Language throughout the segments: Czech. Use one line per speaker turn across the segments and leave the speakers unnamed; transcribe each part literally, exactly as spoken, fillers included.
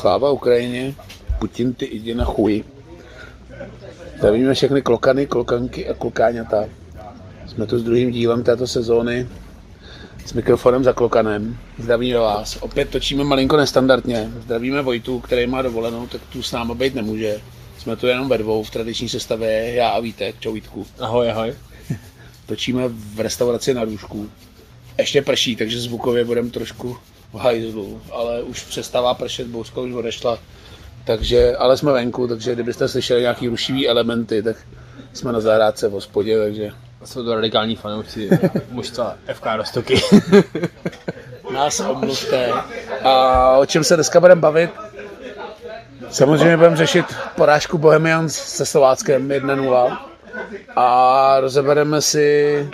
Sláva Ukrajině, Putin ty jdi na chuj. Zdravíme všechny klokany, klokanky a klokáňata. Jsme tu s druhým dílem této sezóny s mikrofonem za klokanem. Zdravíme vás. Opět točíme malinko nestandardně. Zdravíme Vojtu, který má dovolenou, tak tu s náma být nemůže. Jsme tu jenom ve dvou v tradiční sestavě, já a Vítek. Čau Vítku.
Ahoj, ahoj.
Točíme v restauraci na Růžku. Ještě prší, takže zvukově budeme trošku v hajzlu, ale už přestává pršet, bouřka už odešla. Takže, ale jsme venku, takže kdybyste slyšeli nějaký rušivý elementy, tak jsme na zahrádce v hospodě, takže...
Jsou to radikální fanoušci mužstva F K Roztoky.
Nás omluvte. A o čem se dneska budeme bavit? Samozřejmě budeme řešit porážku Bohemians se Slováckem jedna nula. A rozebereme si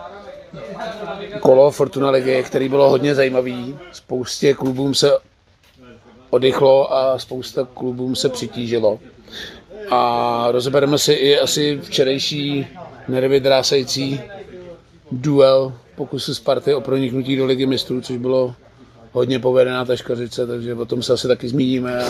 kolo Fortuna ligy, který bylo hodně zajímavý. Spoustě klubům se oddychlo a spousta klubům se přitížilo. A rozebereme si i asi včerejší nervy drásající duel pokusu Sparty o proniknutí do ligy mistrů, což bylo hodně povedená taškařice, takže o tom se asi taky zmíníme.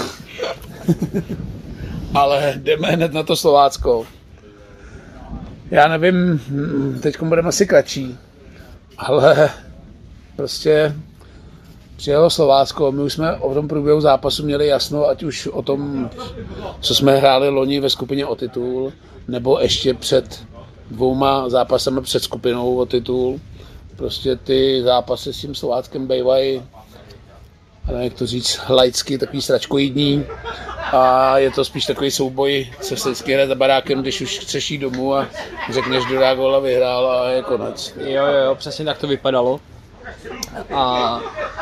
Ale jdeme hned na to Slovácko. Já nevím, teď budeme asi kratší, ale prostě přijelo Slovácko, my už jsme o tom průběhu zápasu měli jasno, ať už o tom, co jsme hráli loni ve skupině o titul, nebo ještě před dvouma zápasami před skupinou o titul. Prostě ty zápasy s tím Slováckem bývají, nevím, jak to říct, laicky, takový sračkoidní. A je to spíš takový souboj, co se vždycky hraje za barákem, když už chceš jít domů a řekneš, kdo dá gól a vyhrál a je konec.
Jo, jo, jo, přesně tak to vypadalo. A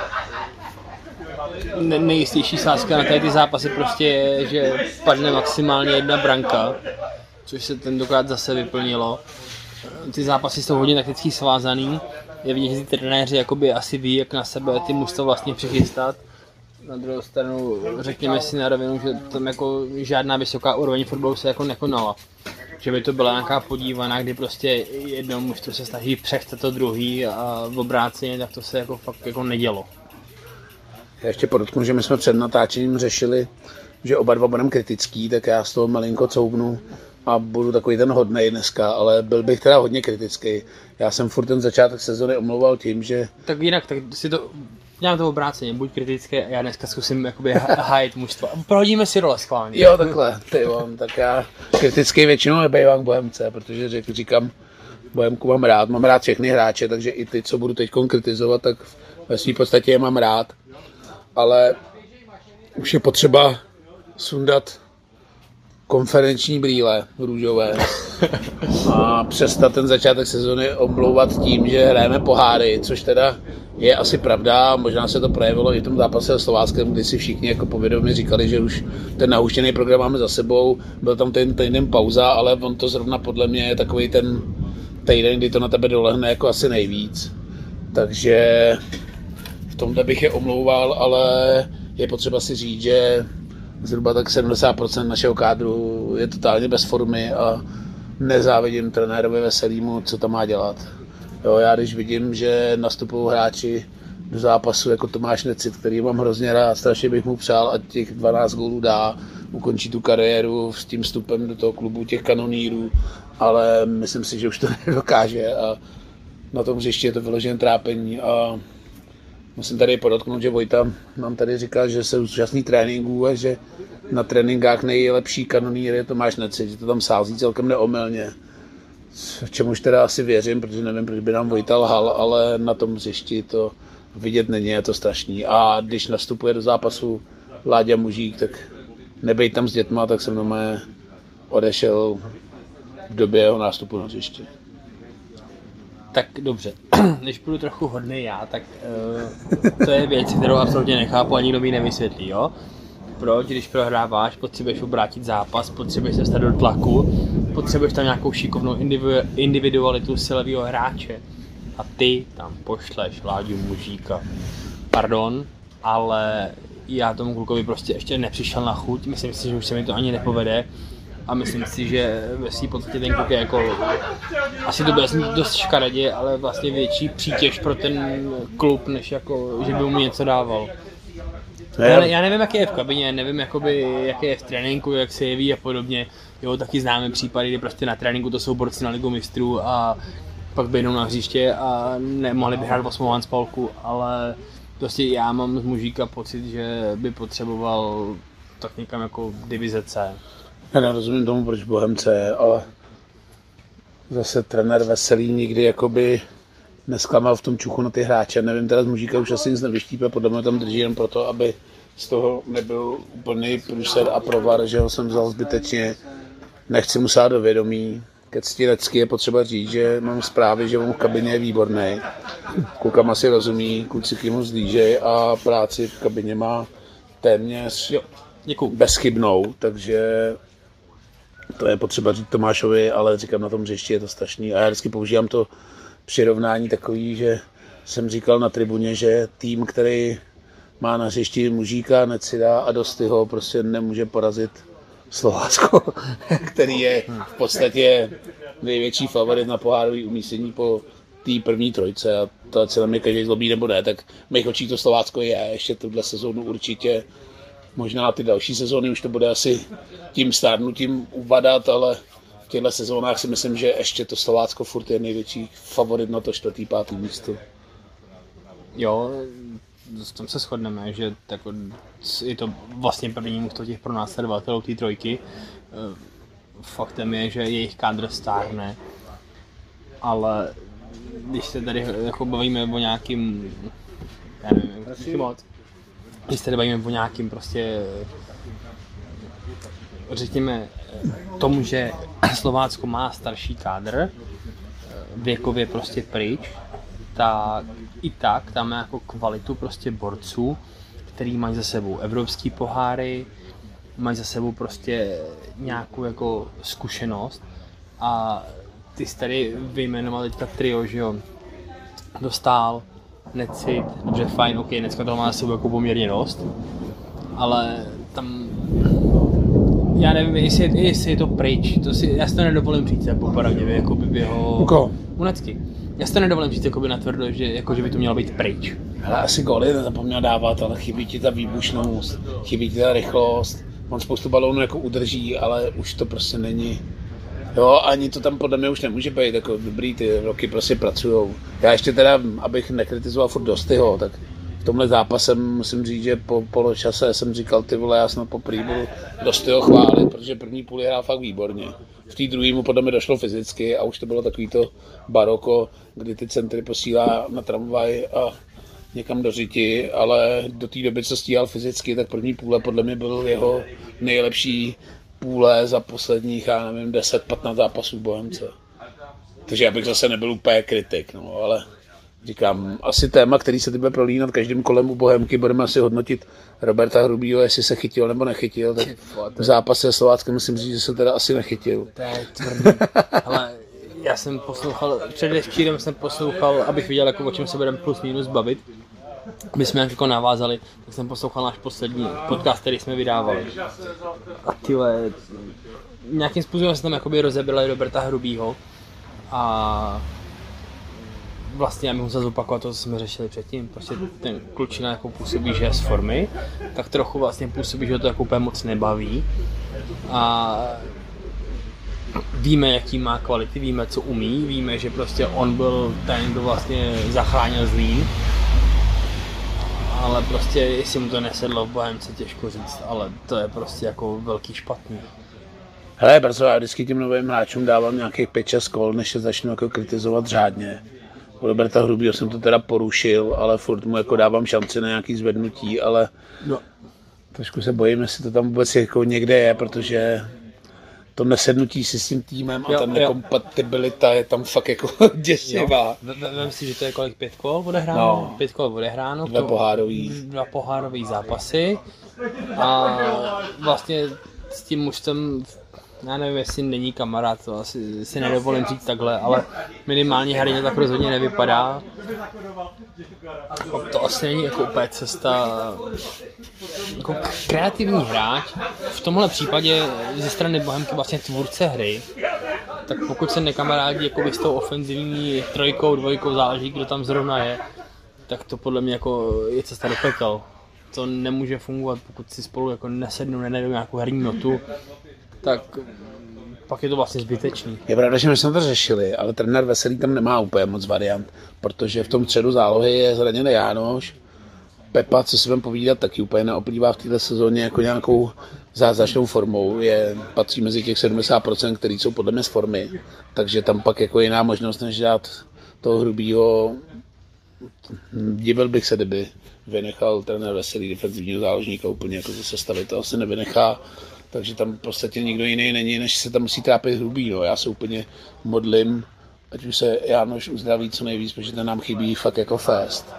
ne- nejistější sázka na tady ty zápasy prostě je, že padne maximálně jedna branka, což se tentokrát zase vyplnilo. Ty zápasy jsou hodně takticky svázaný. Je vidět, že ty trenéři jakoby asi ví, jak na sebe ty mužstva vlastně přichystat. Na druhou stranu řekněme si na rovinu, že tam jako žádná vysoká úroveň fotbalu se jako nekonala. Že by to byla nějaká podívaná, kdy prostě jedno mužstvo se snaží přechtat to druhý a v obráceně, tak to se jako fakt jako nedělo.
Já ještě podotknu, že my jsme před natáčením řešili, že oba dva budeme kritický, tak já z toho malinko couvnu a budu takový ten hodnej dneska, ale byl bych teda hodně kritický. Já jsem furt ten začátek sezony omlouval tím, že...
Tak jinak, tak si to... Dělám to obráceně, buď kritický a já dneska zkusím jakoby hájit mužstva. Prohodíme si role schválně.
Jo, takhle, ty vám, tak já kritický většinou nebejvám k Bohemce, protože řek, říkám, Bohemku mám rád, mám rád všechny hráče, takže i ty, co budu teď kritizovat, tak ve své podstatě je mám rád. Ale už je potřeba sundat konferenční brýle růžové a přestat ten začátek sezony omlouvat tím, že hrajeme poháry, což teda je asi pravda, možná se to projevilo i v tom zápase s Slováckem, kdy si všichni jako povědomě říkali, že už ten nahuštěný program máme za sebou, byl tam ten týden pauza, ale on to zrovna podle mě je takový ten týden, kdy to na tebe dolehne jako asi nejvíc. Takže v tomhle bych je omlouval, ale je potřeba si říct, že zhruba tak sedmdesát procent našeho kádru je totálně bez formy a nezávidím trenérovi Veselýmu, co tam má dělat. Jo, já když vidím, že nastupují hráči do zápasu jako Tomáš Necit, který mám hrozně rád, strašně bych mu přál, ať těch dvanáct gólů dá, ukončí tu kariéru s tím vstupem do toho klubu těch kanonýrů, ale myslím si, že už to nedokáže a na tom hřišti je to vyložené trápení a musím tady podotknout, že Vojta nám tady říká, že se účastní tréninků a že na tréninkách nejlepší kanonýr je Tomáš Necit, že to tam sází celkem neomylně. V čemuž teda asi věřím, protože nevím, proč by nám Vojta lhal, ale na tom hřišti to vidět není, je to strašný. A když nastupuje do zápasu Láďa Mužík, tak nebejt tam s dětma, tak jsem doma odešel v době jeho nástupu na hřiště.
Tak dobře, když budu trochu hodný já, tak uh, to je věc, kterou absolutně nechápu a nikdo mi ji nevysvětlí, jo? Proč, když prohráváš, potřebuješ obrátit zápas, potřebuješ se stát do tlaku, potřebuješ tam nějakou šikovnou individu- individualitu silového hráče a ty tam pošleš Láďu Mužíka. Pardon, ale já tomu klukovi prostě ještě nepřišel na chuť, myslím si, že už se mi to ani nepovede a myslím si, že ve svým podstatě ten kluk je jako, asi to bude znít dost škaredě, ale vlastně větší přítěž pro ten klub, než jako, že by mu něco dával. Já, já nevím, jaký je v kabině, nevím, jakoby, jaký je v tréninku, jak se jeví a podobně. Jo, taky známe případy, kdy prostě na tréninku to jsou borci na ligu mistrů a pak běhnou na hřiště a nemohli by hrát osmou handspalku, ale prostě já mám z Mužíka pocit, že by potřeboval tak někam jako divize C.
Já nerozumím tomu, proč Bohemce, ale zase trenér Veselý nikdy jakoby nesklamal v tom čuchu na ty hráče. Nevím, teda z Mužíka už asi nic nevyštípe, podle mě tam drží jen proto, aby z toho nebyl úplný průser a provar, že ho jsem vzal zbytečně. Nechci mu sát do vědomí. Ke ctilecky je potřeba říct, že mám zprávy, že on v kabině je výborný. Klukama si rozumí, kluci k němu zlížej a práci v kabině má téměř
Jo, děkuju.
bezchybnou, takže to je potřeba říct Tomášovi, ale říkám, na tom hřišti je to strašný. A já vždycky používám to přirovnání takový, že jsem říkal na tribuně, že tým, který má na hřišti Mužíka, Necida a Dostyho, prostě nemůže porazit Slovácko, který je v podstatě největší favorit na pohárový umístění po té první trojce. A to, ať se na mě každý zlobí nebo ne, tak v mých očích to Slovácko je ještě tuhle sezónu určitě. Možná ty další sezóny už to bude asi tím stárnutím uvadat, ale v těchto sezónách si myslím, že ještě to Slovácko furt je největší favorit na to čtvrtý, pátý místo.
Jo, s tom se shodneme, že tako, je to vlastně první mužstvo těch pronásledovatelů té trojky. Faktem je, že jejich kádr stárne, ale když se tady jako bavíme o nějakým, já nevím, moc, když se tady bavíme o nějakým prostě, řekněme tomu, že Slovácko má starší kádr, věkově prostě pryč, tak i tak tam má jako kvalitu prostě borců, který mají za sebou evropský poháry, mají za sebou prostě nějakou jako zkušenost a ty jsi tady vyjmenoval teďka trio, že jo, Dostál, Necit, dobře, fajn, ok, dneska to má za sebou jako poměrně dost, ale tam, já nevím, jestli je, jestli je to pryč, to si, já si to nedovolím říct, jako popravdě, jako by jeho Unecky. Já si to nedovolím říct jako by natvrdo, že, jako, že by to mělo být pryč.
Ale asi góly nezapomněl dávat, ale chybí ti ta výbušnost, chybí ti ta rychlost. On spoustu balónů jako udrží, ale už to prostě není. Jo, ani to tam podle mě už nemůže být, jako dobrý, ty roky prostě pracujou. Já ještě teda, abych nekritizoval furt Dostyho, tak v tomhle zápase musím říct, že po poločase jsem říkal, ty vole, já snad poprvé budu Dostyho chválit, protože první půl hrál fakt výborně. V té druhé mu podle mě došlo fyzicky a už to bylo takový to baroko, kdy ty centry posílá na tramvaj a někam do řiti, ale do té doby, co stíhal fyzicky, tak první půle podle mě byl jeho nejlepší půle za posledních, já nevím, deset patnáct zápasů v Bohemce. Takže já bych zase nebyl úplně kritik, no, ale říkám, asi téma, který se ty bude prolínat každým kolem u Bohemky, budeme asi hodnotit Roberta Hrubýho, jestli se chytil nebo nechytil, tak v zápase s Slováckem musím říct, že se teda asi nechytil.
To je tvrdý, ale já jsem poslouchal, předevčírem jsem poslouchal, abych viděl, jako, o čem se budeme plus minus bavit. My jsme jak jako navázali, tak jsem poslouchal náš poslední podcast, který jsme vydávali. A tyhle, nějakým způsobem se tam jakoby rozebrali Roberta Hrubýho a vlastně já bych musel zopakovat to, co jsme řešili předtím. Prostě ten klučina jako působí, že je z formy, tak trochu vlastně působí, že ho to jako úplně moc nebaví. A víme, jaký má kvality, víme, co umí, víme, že prostě on byl ten, kdo vlastně zachránil Zlín. Ale prostě, jestli mu to nesedlo v Bohemce, těžko říct, ale to je prostě jako velký špatný.
Hele, brzo, já vždycky těm novým hráčům dávám nějakých pět šest kol, než se začnu jako kritizovat řádně. U Roberta Hrubýho jsem to teda porušil, ale furt mu jako dávám šanci na nějaký zvednutí, ale no, trošku se bojím, jestli to tam vůbec jako někde je, protože to nesednutí si s tím týmem a jo, ta nekompatibilita je tam fakt jako děsivá.
Vem si, že to je kolik, pět kol odehráno?
No,
pět kol odehráno.
Dva pohárový.
Dva pohárový zápasy. A vlastně s tím mužstvem, já nevím, jestli není kamarád, to asi si nedovolím říct takhle, ale minimálně herně tak rozhodně nevypadá. To asi není jako úplně cesta. Jako kreativní hráč, v tomhle případě ze strany Bohemky vlastně tvůrce hry, tak pokud se nekamarádí jako s tou ofenzivní trojkou, dvojkou, záleží, kdo tam zrovna je, tak to podle mě jako je cesta do pekel. to nemůže fungovat, pokud si spolu jako nesednou, nenajdou nějakou herní notu, tak pak je to vlastně zbytečný.
Je pravda, že my jsme to řešili, ale trenér Veselý tam nemá úplně moc variant, protože v tom středu zálohy je zraněný Jánoš, Pepa, co si budeme povídat, taky úplně neoplývá v této sezóně jako nějakou zázračnou formou, je, patří mezi těch sedmdesát procent, který jsou podle mě z formy, takže tam pak jako jiná možnost, než dát toho Hrubýho. Divil bych se, kdyby vynechal trenér Veselý defenzivního záložníka úplně jako ze sestavy, to asi nevynechá, takže tam v podstatě nikdo jiný není, než se tam musí trápit Hrubý. No. Já se úplně modlím, ať už se Jánoš uzdraví co nejvíc, protože ten nám chybí fakt jako fest.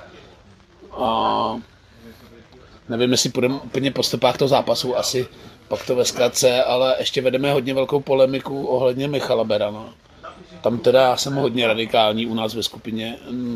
A nevím, jestli půjdeme úplně po stopách toho zápasu, asi pak to ve zkratce, ale ještě vedeme hodně velkou polemiku ohledně Michala Berana. Tam teda já jsem hodně radikální u nás ve skupině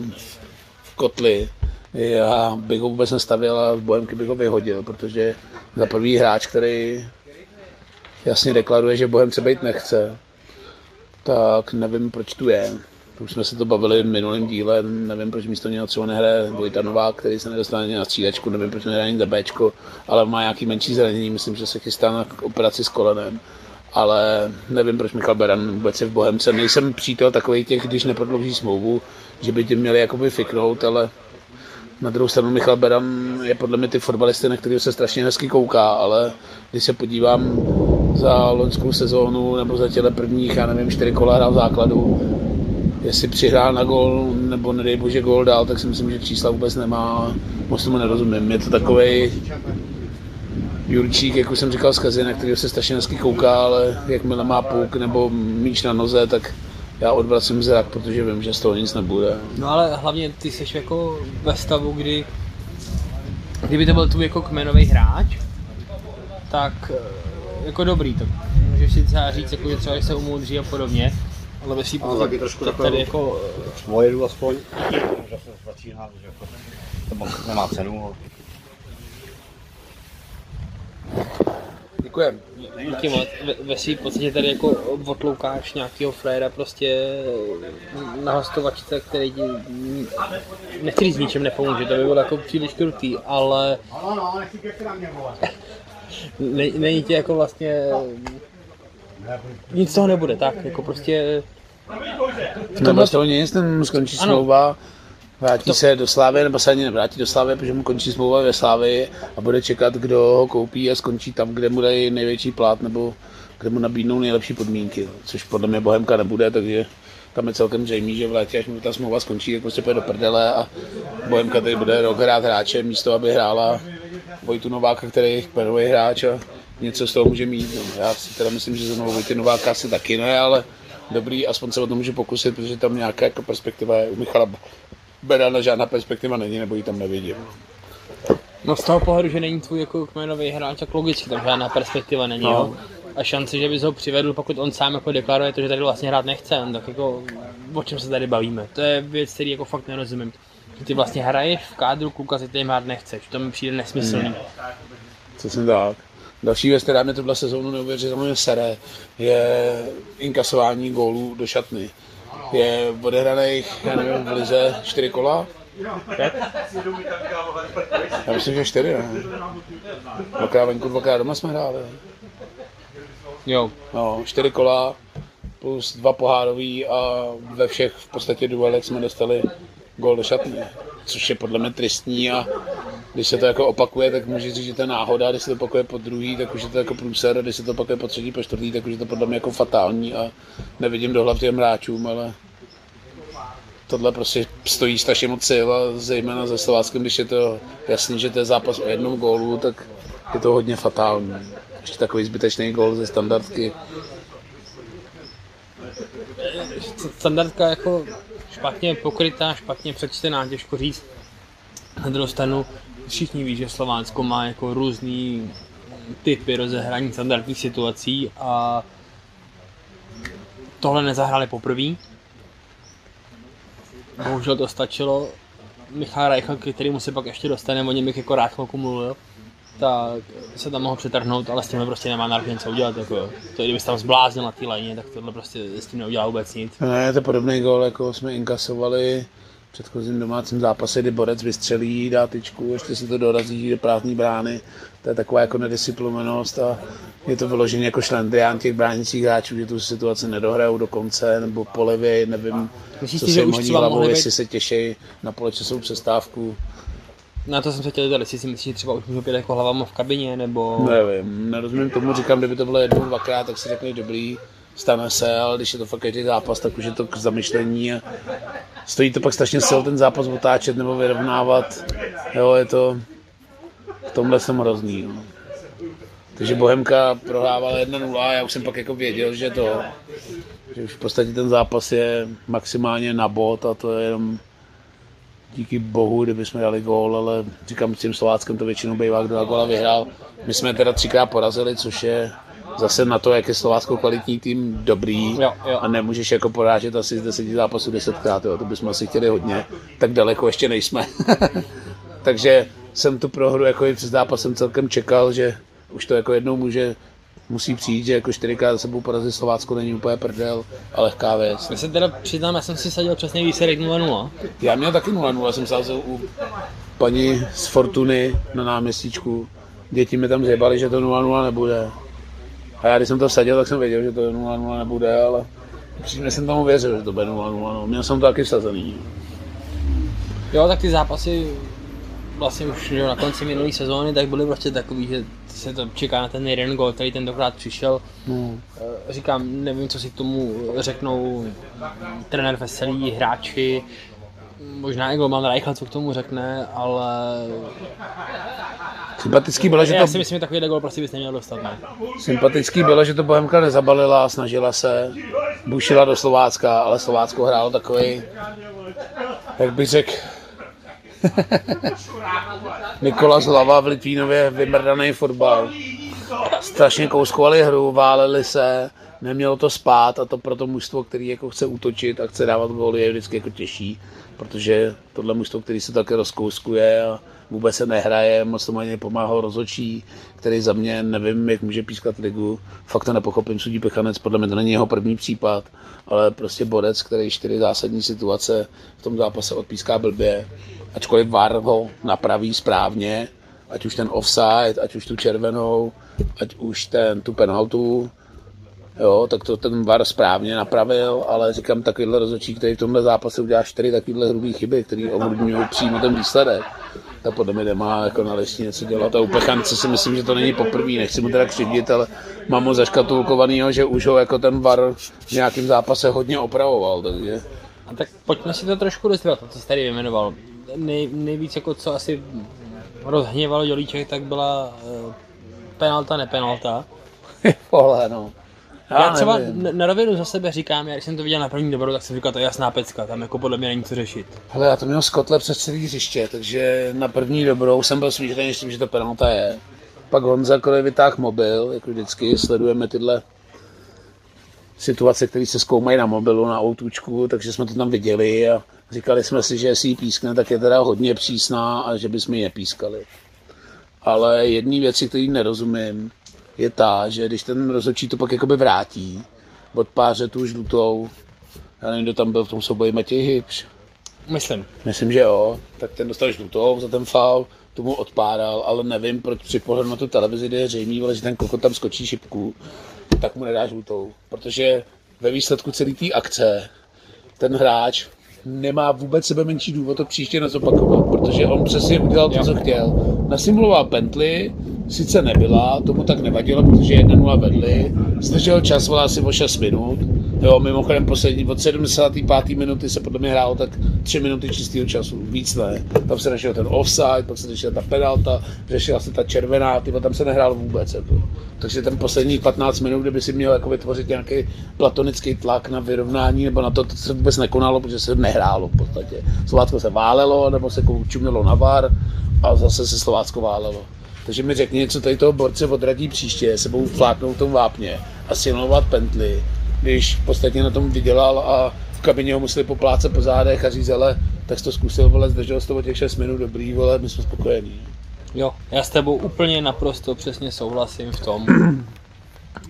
v Kotli. Já bych ho vůbec nestavil a v Bohemky bych ho vyhodil, protože za prvý hráč, který jasně deklaruje, že Bohemce být nechce, tak nevím, proč tu je. Už jsme se to bavili v minulém díle, nevím, proč místo něho třeba nehraje Vojta Novák, který se nedostane na střídačku, nevím, proč nehraje ani za Bčko, ale má nějaký menší zranění, myslím, že se chystá na operaci s kolenem. Ale nevím, proč Michal Beran vůbec je v Bohemce. Nejsem přítel takových těch, když neprodlouží smlouvu, že by tím měli jakoby fiknout, ale na druhou stranu Michal Beran je podle mě ty fotbalisty, na kterého se strašně hezky kouká, ale když se podívám za loňskou sezónu nebo za těle prvních, já nevím, čtyři kola hrál v základu, jestli přihrál na gól nebo nedej bože gól dál, tak si myslím, že čísla vůbec nemá, moc tomu nerozumím. Je to takovej Jurčík, jak už jsem říkal, z Kazy, na kterého se strašně hezky kouká, ale jakmile má puk nebo míč na noze, tak já odvracím zrak, protože vím, že z toho nic nebude.
No ale hlavně ty jsi jako ve stavu, kdy kdyby to byl tu jako kmenový hráč, tak jako dobrý, to můžeš si třeba říct, jako, že třeba se umoudří a podobně, ale ve svým
taky trošku
tak tady jako
mojedu aspoň, že se začíná, že jako to nemá cenu.
Děkujem.
Díky moc. Ve, ve svým podstatě tady jako odloukáš nějakýho fléra prostě na hostovačce, který ti nechci říct ničem nepomůže, to by bylo jako příliš krutý, ale ne, není ti jako vlastně nic z toho nebude, tak jako prostě
v tomhle toho nic, ten skončí smlouva, vrátí to se do Slávy, nebo se ani nevrátí do Slávy, protože mu končí smlouva ve Slávy a bude čekat, kdo ho koupí a skončí tam, kde mu dají největší plát nebo kde mu nabídnou nejlepší podmínky, což podle mě Bohemka nebude, takže tam je celkem zřejmé, že v létě, až mu ta smlouva skončí, tak prostě půjde do prdele a Bohemka tady bude rok hrát hráče místo, aby hrála Vojtu Nováka, který je kmenový hráč a něco z toho může mít. No, já si teda myslím, že znovu Vojty Nováka asi taky ne, ale dobrý, aspoň se o to může pokusit, protože tam nějaká jako perspektiva je u Michala Berana, žádná perspektiva není, nebo ji tam nevidím.
No z toho pohledu, že není tvůj jako kmenový hráč, tak logicky tam žádná perspektiva není, no. Jo? A šance, že bys ho přivedl, pokud on sám jako deklaruje to, že tady vlastně hrát nechce, tak jako o čem se tady bavíme. To je věc, který jako fakt nerozumím. Že ty vlastně hraješ v kádru kluka, si tady hrát nechceš, to mi přijde nesmyslný. Hmm.
Co jsem tak. Další věc, která mě tuhle sezónu neuvěřitelně sere, je inkasování gólů do šatny. Je odehraných, já nevím, v lize čtyři kola. Já myslím, že čtyři, ne? Dvakrát venku, dvakrát doma jsme hráli.
Jo.
No, čtyři kola plus dva pohárový a ve všech v podstatě duelech jsme dostali gól do šatny. Což je podle mě tristní a když se to jako opakuje, tak můžeš říct, že to je náhoda, když se to opakuje po druhý, tak už je to jako průser, a když se to opakuje po třetí, po čtvrtý, tak už je to podle mě jako fatální a nevidím do hlav těm hráčům, ale tohle prostě stojí strašně moc sil a zejména ze Slováckem, když je to jasný, že to je zápas o jednom gólu, tak je to hodně fatální. Ještě takový zbytečný gól ze standardky.
Standardka jako špatně pokrytá, špatně přečtená, těžko říct. Na druhou stranu všichni ví, že Slovácko má jako různý typy rozehraní standardních situací a tohle nezahráli poprvé. Bohužel to stačilo. Michal Reichl, kterýmu se pak ještě dostane, o něm bych jako rád chvilku mluvil, tak se tam mohl přetrhnout, ale s tímhle prostě nemá nárok co udělat. Jako, to kdyby se tam zbláznil na té lajně, tak tohle prostě s tím neudělá vůbec nic.
Ne, to je podobný gól, jako jsme inkasovali předchozím domácím zápase, kdy borec vystřelí, dá tyčku, ještě se to dorazí do prázdné brány. To je taková jako nedisciplinovanost a je to vyloženě jako šlendrián těch bránících hráčů, že tu situaci nedohrajou do konce nebo polevěj, nevím,
Myslíš
co
si,
se
že
jim
už
hodí
třeba
hlavou,
mohli
jestli
být-
se těší na poločasovou přestávku.
Na to jsem se chtěl zeptat, jestli si myslíš, že třeba už můžu být jako hlavama v kabině, nebo...
Nevím, nerozumím tomu, říkám, kdyby to bylo jednou, dvakrát, tak si řekne dobrý, stane se, ale když je to fakt každý zápas, tak už je to k zamyšlení a stojí to pak strašně sil ten zápas otáčet nebo vyrovnávat, jo, je to, v tomhle jsem hrozný, no. Takže Bohemka prohrávala jedna nula a já už jsem pak jako věděl, že to, že už v podstatě ten zápas je maximálně na bod a to je jenom díky bohu, kdyby jsme dali gól, ale říkám, s tím Slováckem to většinou bývá, kdo na góla vyhrál. My jsme teda třikrát porazili, což je zase na to, jak je Slovácko kvalitní tým dobrý
Jo, jo.
a nemůžeš jako porážet asi z deseti zápasů desetkrát, jo. To bychom asi chtěli hodně, tak daleko ještě nejsme. Takže jsem tu prohru jako i před zápasem celkem čekal, že už to jako jednou může, musí přijít, že jako čtyřikrát za sebou porazit Slovácko není úplně prdel a lehká věc.
Já se teda přiznám, já jsem si sadil přesný výsledek nula nula.
Já měl taky nula nula, jsem sázel u paní z Fortuny na náměstíčku. Děti mi tam zjebali, že to nula nula nebude. A já když jsem to vsadil, tak jsem věděl, že to nula nula nebude, ale přímě jsem tomu věřil, že to bude nula nula. No. Měl jsem to taky vsazený.
Jo, tak ty zápasy vlastně už že na konci minulé sezóny tak byly prostě takový, že se to čeká na ten jeden gol, který tentokrát přišel.
No.
Říkám, nevím, co si k tomu řeknou trenér Veselý, hráči, možná i golman Reichl, co k tomu řekne, ale
Sympatický bylo, že
já
to,
si myslím, že takovýhle gol prostě bys neměl dostat, ne?
sympatický bylo, že to Bohemka nezabalila, snažila se, bušila do Slovácka, ale Slovácko hrálo takový, jak bych řekl, Nikolas Hlava v Litvínově vymrdaný fotbal. Strašně kouskovali hru, váleli se, nemělo to spát a to pro to mužstvo, který jako chce útočit a chce dávat góly, je vždycky jako těžší, protože tohle mužstvo, který se také rozkouskuje a vůbec se nehraje, moc tomu ani nepomáhal rozhodčí, který za mě nevím, jak může pískat ligu. Fakt to nepochopím, sudí Pechanec, podle mě to není jeho první případ, ale prostě borec, který čtyři zásadní situace v tom zápase odpíská blbě, ačkoliv V A R ho napraví správně, ať už ten offside, ať už tu červenou, ať už ten, tu penaltu, jo, tak to ten V A R správně napravil, ale říkám, takovýhle rozhodčí, který v tomhle zápase udělá čtyři takovýhle hrubý chyby, který ovlivňují přímo ten výsledek, tak podle mě nemá jako na listině něco dělat. A u Pechance si myslím, že to není poprvé, nechci mu teda křivdit, ale mám ho zaškatulkovanýho, že už ho jako ten V A R v nějakém zápase hodně opravoval, takže...
A tak pojďme si to trošku rozdělat, to co jsi tady vyjmenoval. Nej, nejvíc jako co asi rozhněvalo Dělíček, tak byla uh, penalta, nepenalta.
Vole, no.
Já, já třeba
nevím.
na, na rovinu za sebe říkám, já když jsem to viděl na první dobrou, tak jsem říkal, to je jasná pecka, tam jako podle mě není co řešit.
Hele, já to měl z kotle přes celý hřiště, takže na první dobrou jsem byl smířený s tím, že to penalta je. Pak Honza Kolej vytáhl mobil, jako vždycky sledujeme tyhle situace, které se zkoumají na mobilu, na autůčku, takže jsme to tam viděli a říkali jsme si, že jestli jí pískne, tak je teda hodně přísná a že bychom ji nepískali. Ale jedné věci, které nerozumím, je ta, že když ten rozhodčí to pak jakoby vrátí, odpáře tu žlutou, já nevím, kdo tam byl v tom souboji, Matěj Hybš.
Myslím.
Myslím, že jo, tak ten dostal žlutou za ten faul, tomu odpáral, ale nevím, proč při pohledu na tu televizi, kde je zřejmý, ale že ten kokot tam skočí šipku, tak mu nedá žlutou, protože ve výsledku celé té akce ten hráč nemá vůbec sebe menší důvod to příště nezopakovat, protože on přesně udělal to, co chtěl. Nasimuloval pentli, sice nebyla, tomu tak nevadilo, protože jedna nula vedli, zdržel čas, volá asi o šest minut, jo, mimochodem poslední, od sedmdesáté páté minuty se podle mě hrálo tak tři minuty čistého času, víc ne, tam se řešil ten offside, pak se řešila ta penalta, řešila se ta červená, tyba, tam se nehrálo vůbec, jako. Takže ten poslední patnáct minut, kdyby si měl jako vytvořit nějaký platonický tlak na vyrovnání, nebo na to, to se vůbec nekonalo, protože se nehrálo v podstatě. Slovácko se válelo, nebo se čumělo na V A R a zase se Slovácko válelo. Takže mi řekni něco, tady toho borce odradí příště, se budou fláknout v tom vápně a simulovat pentli, když v podstatě na tom vydělal a v kabině ho museli poplácet po zádech a říct, ale tak jsi to zkusil, vole, zdržel jsi to o těch šest minut, dobrý, vole, my jsme spokojení.
Jo, já s tebou úplně naprosto přesně souhlasím v tom,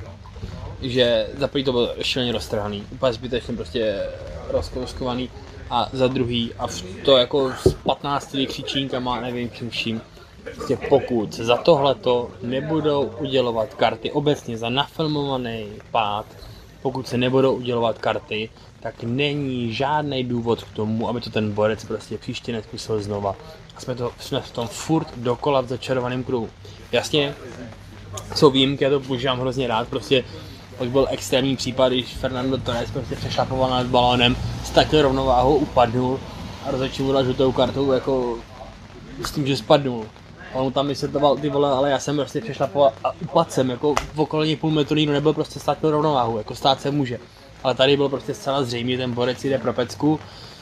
že za první to bylo šíleně roztrhaný, úplně zbytečně prostě rozkouskovaný A za druhý, a to jako s patnácti vykřičníkama, nevím čím vším, prostě pokud za tohleto nebudou udělovat karty obecně za nafilmovaný pád, pokud se nebudou udělovat karty, tak není žádný důvod k tomu, aby to ten borec prostě příště neskusil znova. A jsme, to, jsme v tom furt dokola v začarovaném kruhu. Jasně, jsou výjimky, já to používám hrozně rád, prostě pak byl extrémní případ, když Fernando Torres prostě přešlapoval nad balónem, ztratil rovnováhu, upadnul a rozhodčí mu dal žlutou kartu jako s tím, že spadnul. A on tam vysvětloval, ty vole, ale já jsem prostě přešlapoval a upadl jsem, jako v okolí půl metru nikdo nebyl, prostě ztratil rovnováhu, jako stát se může. Ale tady byl prostě zcela zřejmý, ten borec jde pro pecku,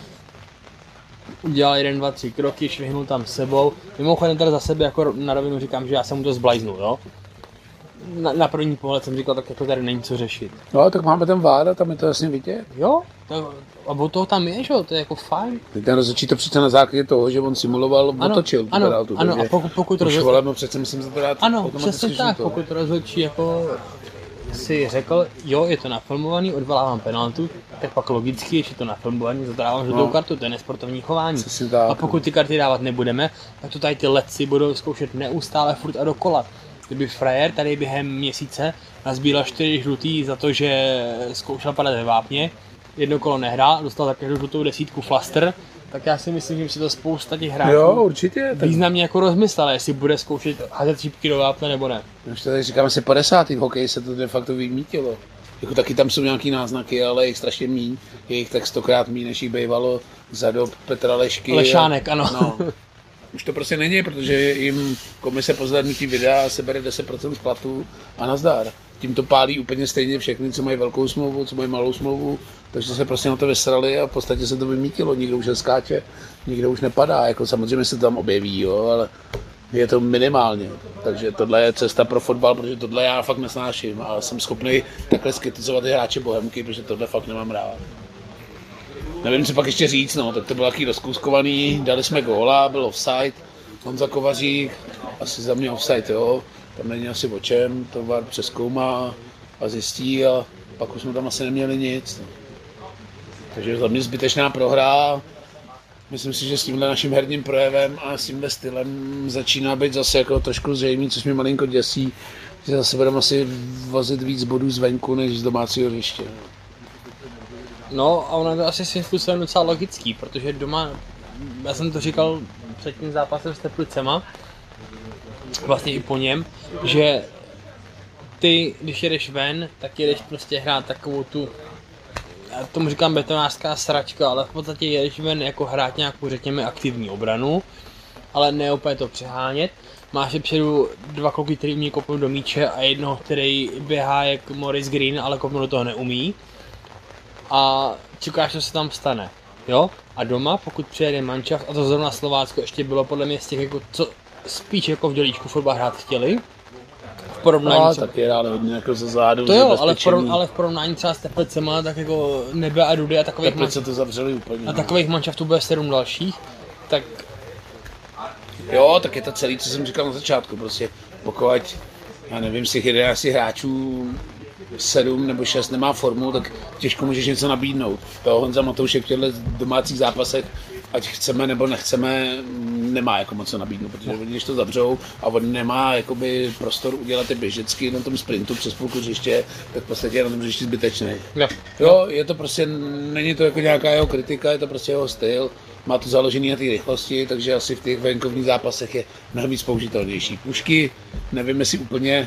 udělal jeden, dva, tři kroky, švihnul tam s sebou. Mimochodem teda za sebe jako na rovinu říkám, že já jsem mu to zblajznul, jo. Na, na první pohled jsem říkal, tak jako tady není co řešit.
No, tak máme ten váda, tam je to jasně vidět.
Jo, tak, a od toho tam je, že jo, to je jako fajn.
Teď ten rozhodčí to přece na základě toho, že on simuloval,
ano,
otočil
ano,
penaltu.
Ano, a pokud, pokud
rozhodčí...
rozhodčí...
voleme, přece musím za to dát
Ano,
automaticky
přesně tak,
žlutou.
pokud rozhodčí jako si řekl, jo, je to nafilmovaný, odvolávám penaltu, tak pak logicky, když je to nafilmovaný, zadávám žlutou
No.
kartu, to je nesportovní chování.
Přesně tak.
A pokud ty karty dávat nebudeme, tak to tady ty letci budou zkoušet neustále furt a dokola. Kdyby frajer tady během měsíce nazbíral čtyři žlutý za to, že zkoušel padat ve vápně, jedno kolo nehrál, dostal za každou žlutou desítku flaster, tak já si myslím, že si to spousta těch hráčů
Jo, určitě. Tak...
významně jako rozmyslel, jestli bude zkoušet házet šípky do vápne nebo ne.
Už tady říkám asi padesátý v hokeji se to de facto vymítilo. Jako taky tam jsou nějaký náznaky, ale jich strašně míň. Je jich tak stokrát míň, než jich bývalo za dob Petra Lešky.
Lešánek, ano.
No. Už to prostě není, protože jim komise po zhlédnutí videa sebere deset procent platu a nazdar. Tím to pálí úplně stejně všechny, co mají velkou smlouvu, co mají malou smlouvu, takže se prostě na to vysrali a v podstatě se to vymítilo. Nikdo už neskáče, nikdo už nepadá, jako samozřejmě se to tam objeví, jo, ale je to minimálně. Takže tohle je cesta pro fotbal, protože tohle já fakt nesnáším a jsem schopný takhle skritizovat i hráče Bohemky, protože tohle fakt nemám rád. Nevím, co pak ještě říct, no, tak to bylo taky rozkouskovaný, dali jsme góla, byl offside, Honza Kovařík, asi za mě offside, jo, tam není asi o čem, to V A R přezkoumá a zjistí a pak už jsme tam asi neměli nic. No. Takže za mě zbytečná prohra, myslím si, že s tímhle naším herním projevem a s tímhle stylem začíná být zase jako trošku zřejmý, což mě malinko děsí, že zase budeme asi vozit víc bodů zvenku než z domácího hřiště.
No a ono je to asi svým způsobem docela logický, protože doma, já jsem to říkal před tím zápasem s Teplicema, vlastně i po něm, že ty, když jedeš ven, tak jedeš prostě hrát takovou tu, já tomu říkám betonářská sračka, ale v podstatě jedeš ven jako hrát nějakou, řekněme, aktivní obranu, ale ne úplně to přehánět. Máš předu dva kluky, který umí kopnout do míče a jednoho, který běhá jak Maurice Green, ale kopnout do toho neumí. A čekáš, co se tam stane, jo? A doma, pokud přijede mančaft, a to zrovna Slovácko ještě bylo podle mě z těch, jako, co spíš jako v dělíčku fotbal hrát chtěli, v porovnání
No,
třeba...
tak je rád hodně jako ze zádu,
To jo, ale v, porov, ale v porovnání třeba s Teplicema, tak jako Nebe a Dudy a takových,
Teplice to zavřeli úplně.
a takových manšaftů bude sedm dalších, tak
Jo, tak je to celý, co jsem říkal na začátku, prostě pokud, já nevím, z těch jedenácti hráčů sedm nebo šest nemá formu, tak těžko můžeš něco nabídnout. To Honza Matoušek v těchto domácích zápasech, ať chceme nebo nechceme, nemá jako moc co nabídnout, protože oni když to zavřou a on nemá jakoby prostor udělat ty běžecky na tom sprintu přes půlku hřiště, tak v podstatě je na tom hřišti zbytečný.
jo.
Jo, je to prostě, není to jako nějaká jeho kritika, je to prostě jeho styl. Má to založený na té rychlosti, takže asi v těch venkovních zápasech je mnohem víc použitelnější. Pušky, nevím, jestli úplně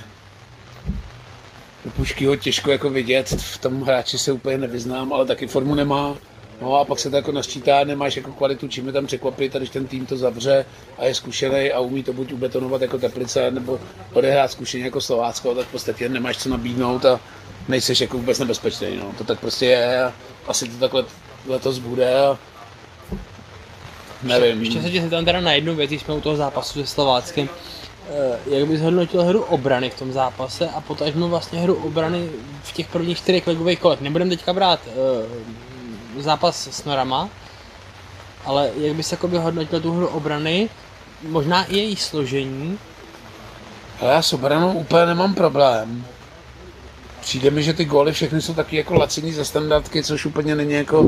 u Pušky ho těžko jako vidět, v tom hráči se úplně nevyznám, ale taky formu nemá. No a pak se to jako nasčítá, nemáš jako kvalitu, čím je tam překvapit, a když ten tým to zavře a je zkušený a umí to buď ubetonovat jako Teplice, nebo odehrát zkušeně jako Slovácko, tak v podstatě nemáš co nabídnout a nejseš jako vůbec nebezpečný. No. To tak prostě je a asi to takhle letos bude a nevím.
Ještě se tě tam teda na jednu věc, když jsme u toho zápasu se Slováckem, jak bys hodnotil hru obrany v tom zápase a potažmo vlastně hru obrany v těch prvních čtyřech ligových kolech. Nebudeme teďka brát uh, zápas s Norama, ale jak bys jakoby hodnotil tu hru obrany, možná i její složení?
Ale já s obranou úplně nemám problém. Přijde mi, že ty góly všechny jsou taky jako laciný ze standardky, což úplně není jako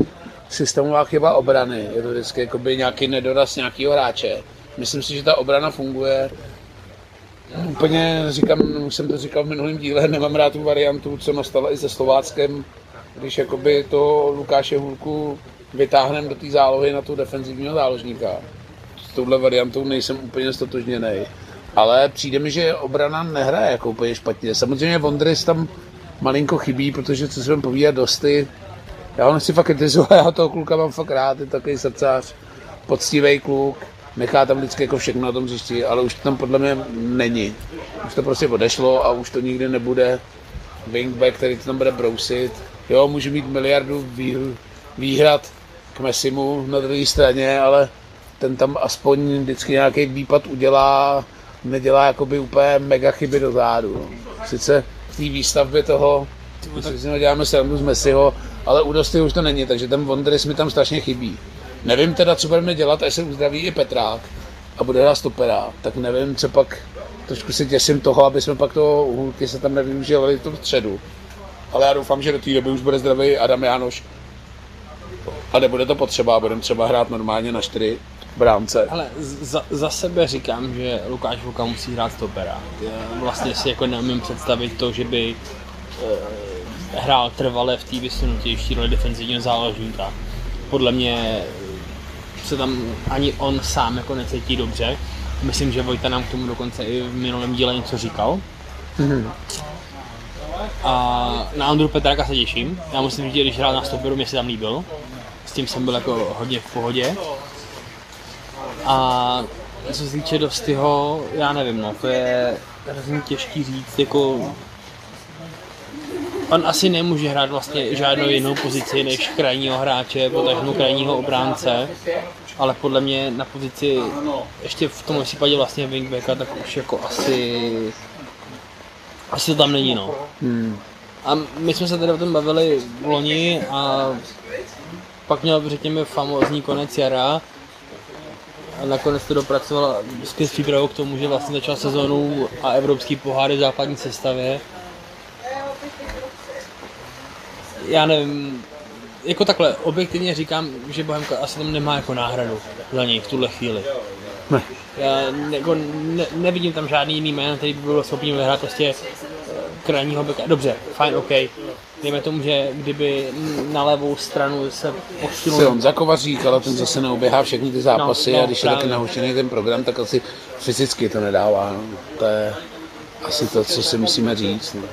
systémová chyba obrany, je to vždycky jakoby nějaký nedoraz nějakého hráče. Myslím si, že ta obrana funguje. Úplně říkám, už jsem to říkal v minulém díle, nemám rád tu variantu, co nastala i se Slováckem, když jakoby to Lukáše Hůlku vytáhneme do té zálohy na tu defenzivního záložníka. S touhle variantou nejsem úplně stotožněnej. Ale přijde mi, že obrana nehraje jako úplně špatně. Samozřejmě Vondrys tam malinko chybí, protože co se vám povídat dosty. Já ho nechci fakt kritizovat, já toho kluka mám fakt rád, je takový srdcař, poctivý kluk, nechá tam vždycky jako všechno na tom hřišti, ale už to tam podle mě není. Už to prostě odešlo a už to nikdy nebude wingback, který to tam bude brousit. Jo, může mít miliardu výhrad k Messimu na druhé straně, ale ten tam aspoň vždycky nějaký výpad udělá, nedělá jakoby úplně mega chyby do zádu. Sice v té výstavbě toho, my si děláme srandu z Messiho, ale u Dosty už to není, takže ten Vondrys mi tam strašně chybí. Nevím teda, co budeme dělat, až se uzdraví i Petrák a bude hrát stopera, tak nevím, co pak, trošku si těsím toho, aby jsme pak toho Hůlky se tam nevyužívali v tom středu. Ale já doufám, že do té doby už bude zdravý Adam Jánoš a nebude to potřeba, budeme třeba hrát normálně na čtyři bránce.
Ale za, za sebe říkám, že Lukáš Hůlka musí hrát stopera. Já vlastně si jako neumím představit to, že by e, hrál trvale v té vysunutější roli defenzivního záložníka. Podle mě se tam ani on sám jako necítí dobře. Myslím, že Vojta nám k tomu dokonce i v minulém díle něco říkal. Mm-hmm. A na Andru Petráka se těším. Já musím říct, že když hrál na stoperu, mě se tam líbil. S tím jsem byl jako hodně v pohodě. A co se týče Dostyho, já nevím, no, to je hrozně těžký říct, jako on asi nemůže hrát vlastně žádnou jinou pozici než krajního hráče, potažmo krajního obránce, ale podle mě na pozici, ještě v tom případě vlastně wingbacka, tak už jako asi, asi to tam není, no. Hmm. A my jsme se tady o tom bavili v loni a pak měl, řekněme, famózní konec jara a nakonec to dopracoval s přípravou k tomu, že vlastně začal sezónu a evropský poháry v základní sestavě. Já nevím, jako takhle, objektivně říkám, že Bohemka asi tam nemá jako náhradu za něj v tuhle chvíli. Ne. Já ne, jako ne, nevidím tam žádný jiný jméno, který by byl schopný vyhrát prostě krajního beka. Dobře, fajn, OK. Dejme tomu, že kdyby na levou stranu se posunul...
Si on za Kovařík, ale ten zase neoběhá všechny ty zápasy no, no, a když právě. Je taky nahuštěný ten program, tak asi fyzicky to nedává. No. To je asi to, co si musíme říct. No.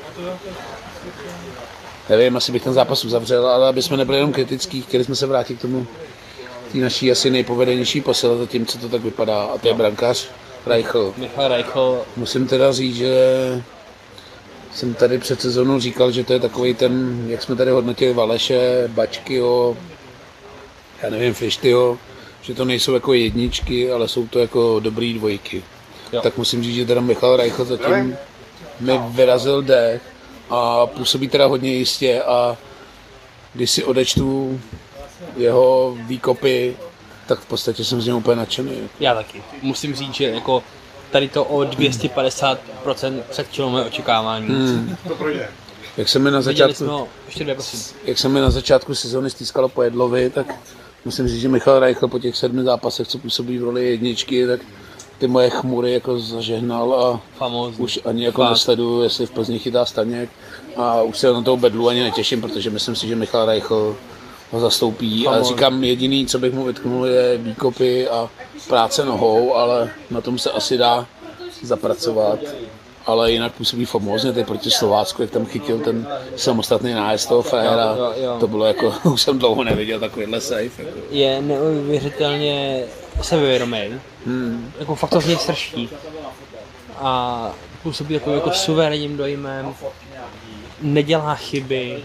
Nevím, asi bych ten zápas uzavřel, ale aby jsme nebyli jenom kritický, chtěli jsme se vrátit k tomu té naší asi nejpovedenější posile, zatím, co to tak vypadá, a to je brankář Reichl.
Michal Reichl.
Musím teda říct, že jsem tady před sezónou říkal, že to je takový ten, jak jsme tady hodnotili Valeše, Bačkyho, já nevím, Frištyho, že to nejsou jako jedničky, ale jsou to jako dobrý dvojky. Jo. Tak musím říct, že teda Michal Reichl zatím mi vyrazil dech a působí teda hodně jistě a když si odečtu jeho výkopy, tak v podstatě jsem z něj úplně nadšený.
Já taky. Musím říct, že jako tady to o dvě stě padesát procent předčilo moje očekávání. Hmm.
Jak se mi na začátku,
jsme, ještě dvě,
jak se mi na začátku sezóny stýskalo po Jedlovi, tak musím říct, že Michal Reichl po těch sedmi zápasech, co působí v roli jedničky, tak ty moje chmury jako zažehnal a famózní. Už ani jako nesleduju, jestli v Plzni chytá Staněk a už se na toho bedlu ani netěším, protože myslím si, že Michal Reichl ho zastoupí. Famózní. A říkám, jediný, co bych mu vytknul, je výkopy a práce nohou, ale na tom se asi dá zapracovat. Ale jinak působí famózně, teď proti Slovácku, jak tam chytil ten samostatný nájezd toho Fréra, to bylo jako, už jsem dlouho neviděl takovýhle save. Jako.
Je neuvěřitelně sebevědomý, hmm. jako fakt to z něj strští a působí takovým jako suverénním dojmem, nedělá chyby,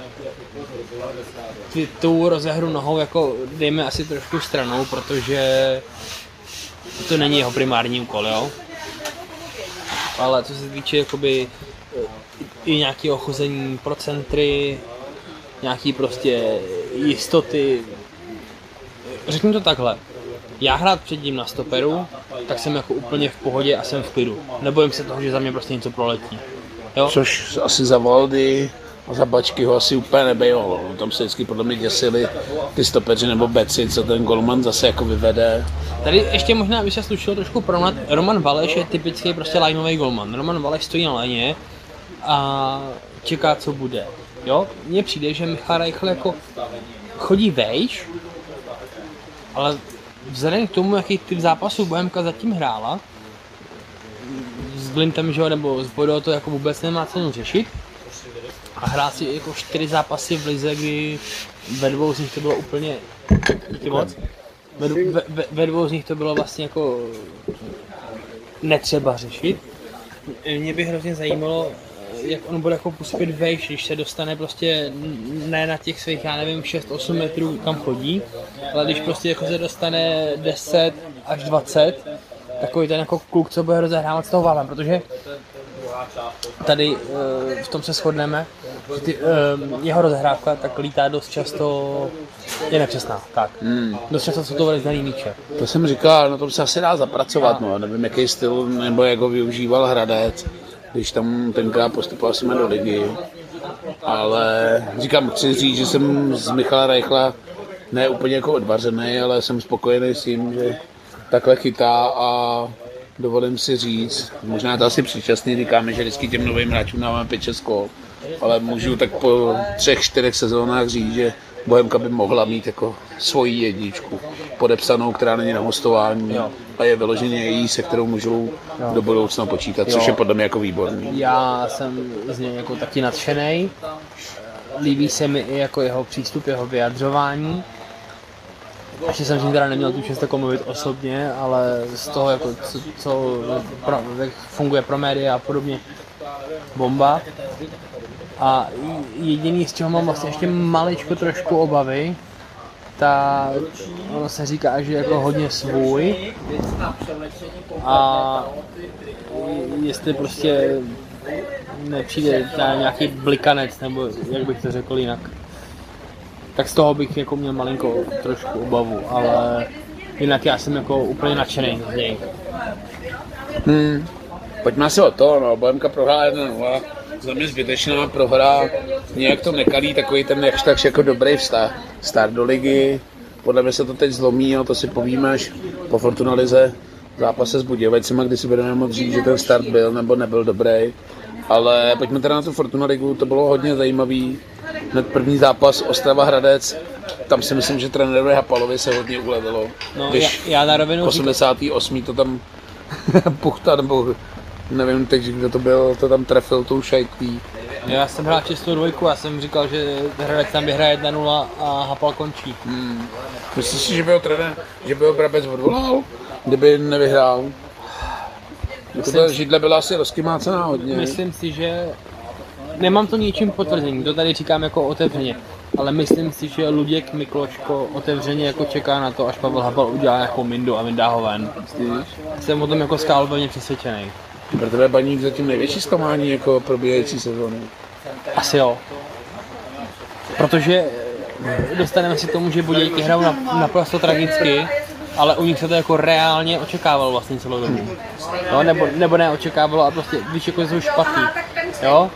Ty, tou rozehru nohou jako dejme asi trošku stranou, protože to není jeho primární úkol, jo? Ale co se týče jakoby i nějakého chození pro centry, nějaký prostě jistoty, řeknu to takhle, já hrát před ním na stoperu, tak jsem jako úplně v pohodě a jsem v klidu. Nebojím se toho, že za mě prostě něco proletí. Jo?
Což asi za Valdy A za bačky ho asi úplně nebejvalo. Tam se vždycky podle mě děsili ty stopeři nebo beci, co ten golman zase jako vyvede.
Tady ještě možná by se slušilo trošku porovnat. Roman Valeš je typický prostě lineový golman. Roman Valeš stojí na léně a čeká, co bude. Jo? Mně přijde, že Michal Reichl jako chodí vejš, ale vzhledem k tomu, jaký typ zápasů Bohemka zatím hrála, s Glintem, že jo, nebo s Bodou to jako vůbec nemá cenu řešit. A hrál si jako čtyři zápasy v lize, kdy ve dvou z nich to bylo úplně díky moc. Ve, ve, ve dvou z nich to bylo vlastně jako netřeba řešit. Mě by hrozně zajímalo, jak on bude jako působit vejš, když se dostane prostě ne na těch svých, já nevím, šest osm metrů, kam chodí, ale když prostě jako se dostane deset až dvacet, takový ten jako kluk, co bude rozehrávat s toho válem, protože tady v tom se shodneme, že ty, jeho rozhrávka tak lítá dost často, je nepřesná, tak. Hmm. Dost často jsou to vyznaný míče.
To jsem říkal, na tom se asi dá zapracovat, no, nevím jaký styl nebo jak ho využíval Hradec, když tam tenkrát postupoval jsme do ligy, ale říkám, chci říct, že jsem z Michala Reichla ne úplně jako odvařený, ale jsem spokojený s tím, že takhle chytá a dovolím si říct, možná to asi předčasný, říkáme, že vždycky těm novým hráčům dáváme pět šest kol, ale můžu tak po třech, čtyřech sezónách říct, že Bohemka by mohla mít jako svoji jedničku podepsanou, která není na hostování jo. A je vyloženě její, se kterou můžou jo. Do budoucna počítat, což jo. Je podle mě jako výborný.
Já jsem z něj jako taky nadšenej, líbí se mi i jako jeho přístup, jeho vyjadřování. Ještě jsem s ním teda neměl tu čest jako mluvit osobně, ale z toho, jako, co, co pro, funguje pro média a podobně, bomba. A jediný, z čeho mám vlastně ještě maličko trošku obavy, tak ono se říká, že je jako hodně svůj a jestli prostě nepřijde nějaký blikanec, nebo jak bych to řekl jinak. Tak z toho bych jako měl malinko trošku obavu, ale jinak já jsem jako úplně nadšený z něj.
Hmm. Pojďme asi o to, no, Bohemka prohrála jedna nula, za mě zbytečná prohra, nějak to nekalí, takový ten jakž takž jako dobrý vztah, start do ligy, podle mě se to teď zlomí, no, to si povíme až po Fortuna lize, zápase s Budějovicima, kdy si budeme moct říct, že ten start byl nebo nebyl dobrý. Ale pojďme teda na tu Fortuna ligu, to bylo hodně zajímavý. Hned první zápas Ostrava Hradec, tam si myslím, že trenérovi Hapalovi se hodně ulevilo.
No, když já, já na rovinu
osmdesát osm to tam Puchta, nebo nevím teď, kdo to byl, to tam trefil tou šajtí.
Já jsem hrál čistou dvojku, já jsem říkal, že Hradec tam vyhraje jedna nula a Hapal končí.
Hmm. Myslíš si, že by ho trenér, že by ho Brabec odvolal, kdyby nevyhrál? Ta židle byla asi rozkymácená hodně.
Myslím si, že nemám to ničím potvrzení, to tady říkám jako otevřeně, ale myslím si, že Luděk Mikloško otevřeně jako čeká na to, až Pavel Habal udělá jako mindu a vydá ho ven. Jsem o tom jako skálbovně přesvědčený.
Pro tebe Baník zatím největší zklamání jako probíhající sezóny?
Asi jo. Protože dostaneme si k tomu, že Budějky hrajou naprosto tragicky, ale u nich se to jako reálně očekávalo vlastně celou dobu. No, nebo, nebo ne očekávalo a prostě víš, jako jsou špatný. Jo?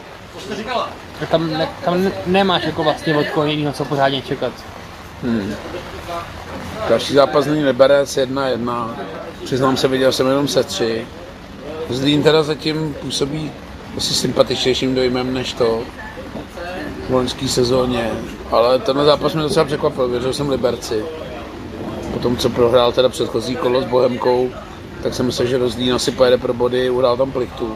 Tam, ne, tam nemáš jako vlastně od koho jiného co pořádně čekat.
Hmm. Další zápas není Liberec jedna jedna. Přiznám se, viděl jsem jenom se tři. Zlín teda zatím působí asi sympatičnějším dojmem než to v loňské sezóně. Ale tenhle zápas mě docela překvapil, věřil jsem Liberci. Po tom, co prohrál teda předchozí kolo s Bohemkou, tak jsem myslel, že do Zlína si pojede pro body, uhrál tam Plichtu.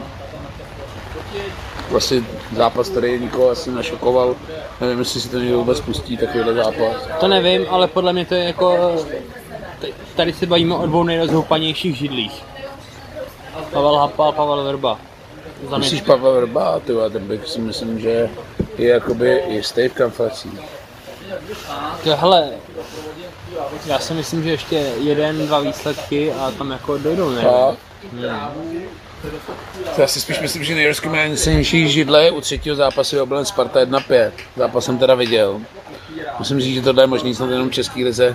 Vlastně zápas, který nikoho asi našokoval. Nevím, jestli si to někdo vůbec pustí, takovýhle zápas.
To nevím, ale podle mě to je jako... Tady se bavíme o dvou nejrozhoupanějších židlích. Pavel Hapal, Pavel Vrba.
Myslíš Pavel Vrba? Tyhle, ten bych si myslím, že je jakoby jistý v kamfacích.
Hele, já si myslím, že ještě jeden, dva výsledky a tam jako dojdou, ne?
A? Hmm. Já si spíš myslím, že nejrozkymánější židle je u třetího zápasu je Oblens Sparta jedna pět. Zápas jsem teda viděl. Musím říct, že tohle je možný snad jenom v český lize.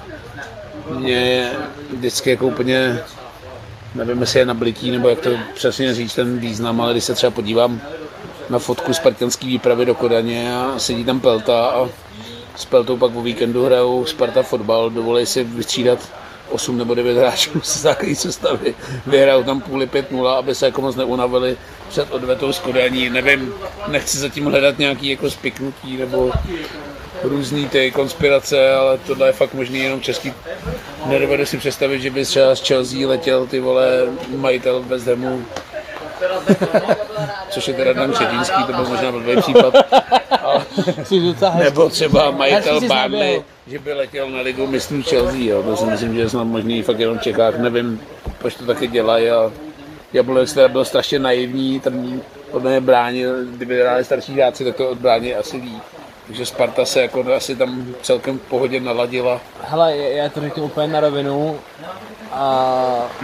Mě vždycky jako úplně, nevím, jestli je nablití, nebo jak to přesně říct ten význam, ale když se třeba podívám na fotku spartanský výpravy do Kodaně a sedí tam Pelta a s Peltou pak po víkendu hrajou Sparta fotbal, dovolí si vystřídat osm nebo devět hráčů z základní sestavy. Vyhrajou tam půli pět nula, aby se jako moc neunavili před odvetou z Kodaní. Nevím, nechci zatím hledat nějaký jako spiknutí nebo různý ty konspirace, ale tohle je fakt možný jenom český. Nedovedu si představit, že by třeba z Chelsea letěl ty vole majitel West Hamu, což je teda Dan Četínský, to byl možná blbý případ. Ale, nebo třeba majitel Burnley, že by letěl na ligu mistrů Chelsea, jo. To si myslím, že je snad možný fakt jenom v Čechách, nevím, proč to taky dělají. A Jablonec teda byl strašně naivní, tam od něj bránil, kdyby hráli starší hráči, tak to odbránili asi ví. Takže Sparta se jako asi tam celkem v pohodě naladila.
Hele, já to řeknu úplně na rovinu a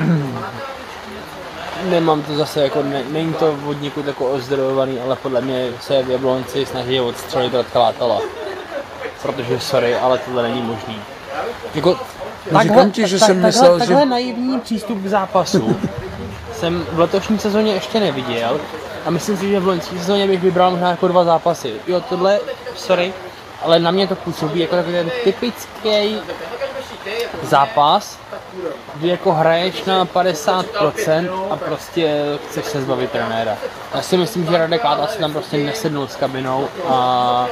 nemám to zase jako, ne, není to od někud jako ozdrojovaný, ale podle mě se v Jablonci snaží odstřelit Radka Látala. Protože sorry, ale tohle není možný. Jako, takhle,
ti, že
tak,
jsem
takhle,
myslel,
takhle
že...
naivní přístup k zápasu jsem v letošní sezóně ještě neviděl a myslím si, že v loňské sezóně bych vybral možná jako dva zápasy. Jo, tohle, sorry, ale na mě to působí jako takový ten typický zápas, kdy jako hraješ na padesát procent a prostě chceš se zbavit trenéra. Já si myslím, že Radek Láta si tam prostě nesednul s kabinou a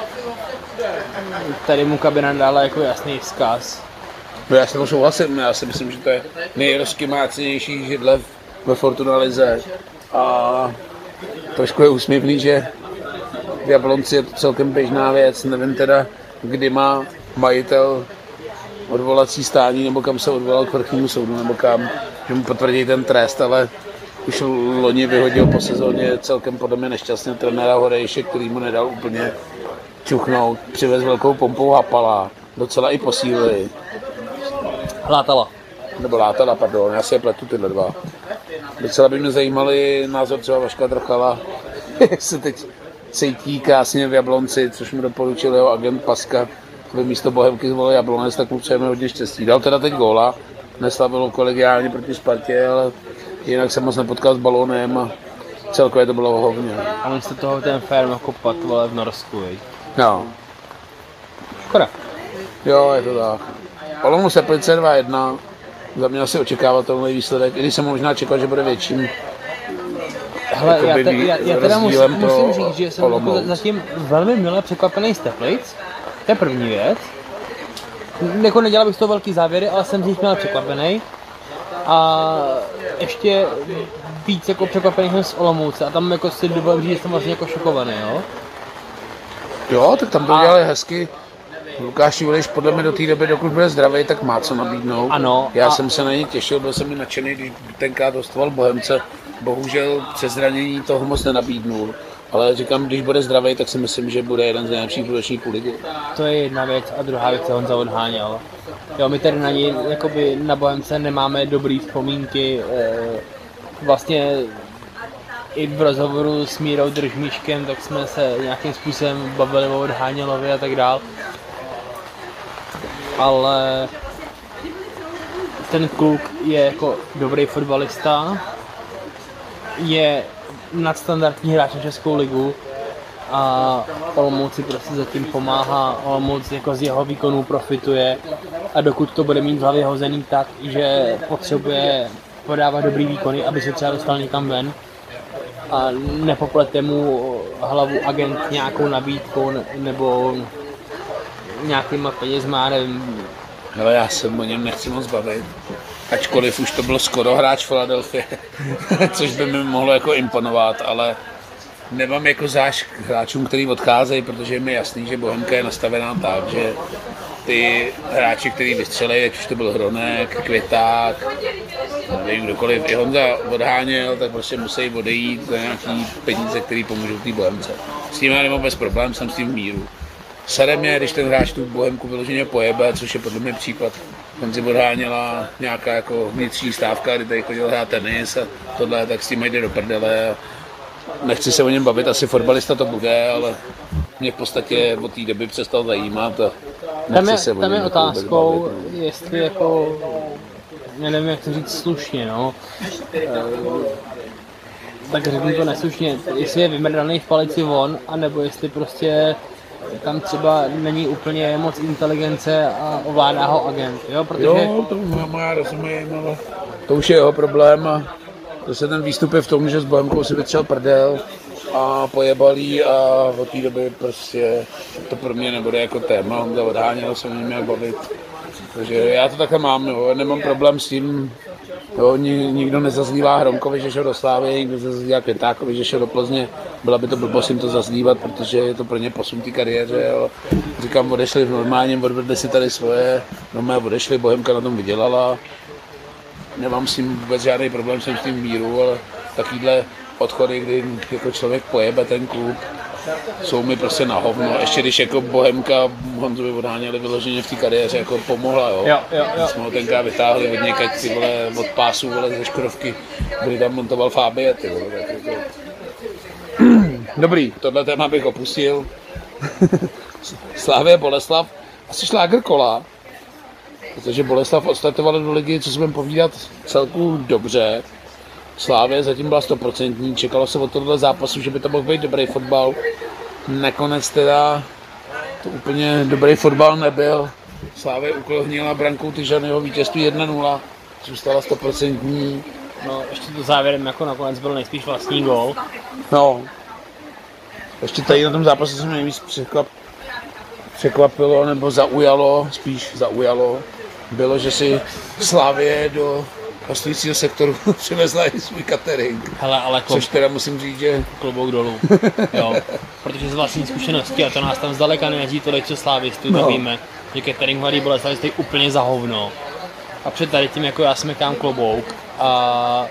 tady mu kabina dala jako jasný vzkaz.
No já s tím souhlasím, já si myslím, že to je nejrozkymácenější židle ve Fortuna lize. A trošku je úsměvný, že v Jablonci je to celkem běžná věc, nevím teda, kdy má majitel odvolací stání, nebo kam se odvolal k vrchnímu soudu, nebo kam, že mu potvrdí ten trest, ale už loni vyhodil po sezóně celkem podle mě nešťastně trenéra Horejše, který mu nedal úplně čuchnout, přivez velkou pompou Hapala, docela i posílili.
Látala.
Nebo Látala, pardon, já si je pletu tyhle dva. Docela by mě zajímalý názor třeba Vaška Drchala, jak se teď cítí krásně v Jablonci, což mu doporučil jeho agent Paska, aby místo Bohemky zvolil Jablonec, tak mu přejeme hodně štěstí. Dal teda teď góla, neslavil kolegiálně proti Spartě, ale jinak jsem moc nepotkal s balónem a celkově to bylo hovně.
A on se toho ten fér mohl kopat, vole, v Norsku, vej.
No.
Škoda.
Jo, je to tak. Olomouc Teplice dva jedna. Za mě asi očekávatelný výsledek, i když jsem možná čekal, že bude větším.
Hele, já, te, já, já teda musím, musím říct, že jsem jako zatím velmi milé překvapený z Teplic. To je první věc. Jako nedělal bych z toho velký závěry, ale jsem z nich milé překvapený. A ještě víc jako překvapený jsem z Olomouce a tam jako si dovolím říct, že jsem vlastně jako šokovaný, jo.
Jo, tak tam to dělali hezky. Lukáš Juliš podle mě do té doby, dokud bude zdravý, tak má co nabídnout.
Ano.
Já
a...
jsem se na něj těšil, byl jsem mi nadšený, když tenkrát hostoval Bohemce. Bohužel přes zranění toho moc nenabídnul. Ale říkám, když bude zdravý, tak si myslím, že bude jeden z nejlepších útočníků ligy.
To je jedna věc a druhá věc je Honza odháněl. Jo, my tady na něj, jakoby na Bohemce nemáme dobrý vzpomínky. Vlastně i v rozhovoru s Mírou Držmíškem, tak jsme se nějakým způsobem bavili o Odhánělovi a tak dál. Ale ten kluk je jako dobrý fotbalista, je nadstandardní hráč na Českou ligu a Olomouc si prostě zatím pomáhá, Olomouc jako z jeho výkonů profituje a dokud to bude mít v hlavě hozený tak, že potřebuje podávat dobrý výkony, aby se třeba dostal někam ven a nepoplete mu hlavu agent nějakou nabídkou nebo nějakýma penězma, nevím.
Ale já se o něm nechci moc bavit. Ačkoliv už to byl skoro hráč Philadelphia, což by mi mohlo jako imponovat, ale nemám jako zášť k hráčům, který odcházejí, protože je mi jasný, že Bohemka je nastavená tak, že ty hráči, který vystřelejí, ať už to byl Hronek, Květák, nevím kdokoliv, i Honza odháněl, tak prostě musí odejít za nějaký peníze, který pomůžou té Bohemce. S tím já nemám bez problém, jsem s tím v míru. Sere mě, když ten hráč tu Bohemku vyloženě pojebe, což je podle mě příklad. Honzi odháněla nějaká jako vnitřní stávka, kdy tady chodil hrát tenis a tohle, tak s tím jde do prdele. Nechci se o něm bavit, asi fotbalista to bude, ale mě v podstatě od té doby přestal zajímat a
tam je,
se
tam je otázkou, jestli jako, já nevím jak to říct slušně, no. tak řeknu to neslušně, jestli je vymrdaný v palici on, anebo jestli prostě tam třeba není úplně moc inteligence a ovládá ho agent, jo, protože...
Jo, to já rozumím, ale to už je jeho problém a zase ten výstup je v tom, že s Bohemkou si vytřel prdel a pojebal jí a od té doby prostě to pro mě nebude jako téma, on to odháněl, se mě měl bavit. Takže já to takhle mám, jo, nemám problém s tím, jo, nikdo nezazlívá Hromkovi, že šel do Slávy, nikdo nezazlívá Květákovi, že šel do Plzně, byla by to blbost jim to zazlívat, protože je to pro ně posun té kariéře, jo. Říkám, odešli v normálním, odvedli si tady svoje, no mé odešli, Bohemka na tom vydělala, nemám s tím vůbec žádný problém, jsem s tím v míru, ale takovýhle odchody, kdy jako člověk pojebe ten klub, jsou mi prostě na hovno. Ještě když jako Bohemka Honzovi odháněli vyloženě v té kariéře, jako pomohla, jo.
Jo, jo, jo.
Jsme ho tenkrát vytáhli od někať, ty vole, od pásů, vole, ze Škodovky, kdy tam montoval Fabie, ty vole, tak jako... Dobrý, tohle téma bych opustil. Slavie Boleslav, asi šlágr kola, protože Boleslav odstartovali do ligy, co si budeme povídat, celku dobře. Slávě zatím byla stoprocentní, čekalo se od tohle zápasu, že by to mohl být dobrý fotbal. Nakonec teda to úplně dobrý fotbal nebyl. Slávě uklonila brankou Tyžanyho vítězství jedna nula, zůstala stoprocentní.
No, ještě to závěrem jako nakonec byl nejspíš vlastní gól.
No, ještě tady na tom zápase se mě nejvíc překvap, překvapilo, nebo zaujalo, spíš zaujalo, bylo, že si Slávě do hostujícího sektoru přivezla i svůj catering.
Hele, ale klub...
Což teda musím říct, že...
Klobouk dolů, jo. Protože z vlastní zkušenosti, a to nás tam zdaleka nejezdí tolik, co slávistů, no. Tak víme, že catering Mladý Boleslav stojí úplně za hovno. A před tady tím, jako já smekám klobouk a...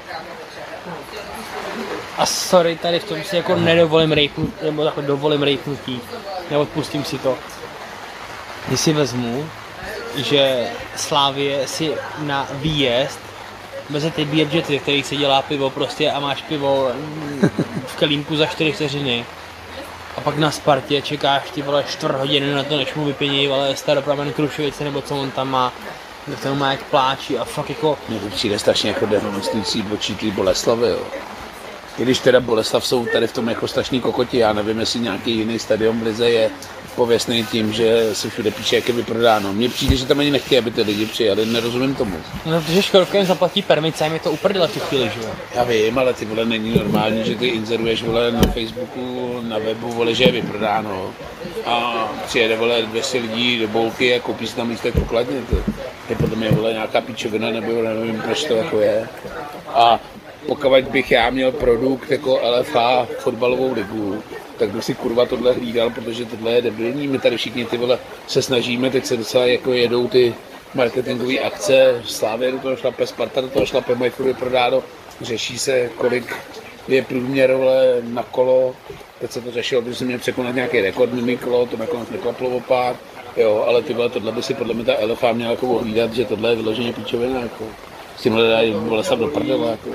A sorry, tady v tom si jako nedovolím rejpnutí, nebo takhle dovolím rejpnutí, neodpustím si to. Když si vezmu, že Slávie si na výjezd veze ty beerjety, ve kterých se dělá pivo prostě a máš pivo v kelímku za čtyři vteřiny. A pak na Spartě čekáš ty vole čtvrt hodiny na to, než mu vypění vole Staropramen Krušovice nebo co on tam má. Tak ten má jak pláčí a fakt jako...
Mně to přijde strašně jako dehonestující očí Boleslavy, jo. I když teda Boleslav jsou tady v tom jako strašný kokoti, já nevím, jestli nějaký jiný stadion v lize je pověstný tím, že se všude píše, jak je vyprodáno. Mně přijde, že tam ani nechtějí, aby ty lidi přijali, nerozumím tomu.
No, protože Škodovka jim zaplatí permice, jim je to uprdele v tu chvíli, že jo?
Já vím, ale ty vole, není normální, že ty inzeruješ vole na Facebooku, na webu, vole, že je vyprodáno. A přijede vole dvě stě lidí do bolky a koupí si tam lístek pokladně. To je podle mě vole nějaká píčovina, nebo nevím, proč to jako je. A pokud bych já měl produkt jako L F A fotbalovou ligu, tak bych si kurva tohle hlídal, protože tohle je debilní. My tady všichni ty vole se snažíme, teď se docela jako jedou ty marketingové akce, Slávě do toho šlape, Sparta do toho šlape, mají furt prodáno, řeší se, kolik je průměr vole na kolo. Teď se to řešilo, protože jsem měl překonat nějaký rekord mimo kolo, to nakonec neklaplo o pár. Jo, ale ty vole, tohle by si podle mě ta L F A měla jako ohlídat, že tohle je vyloženě píčovina, jako. S tímhle dají Boleslav do prdele, jako.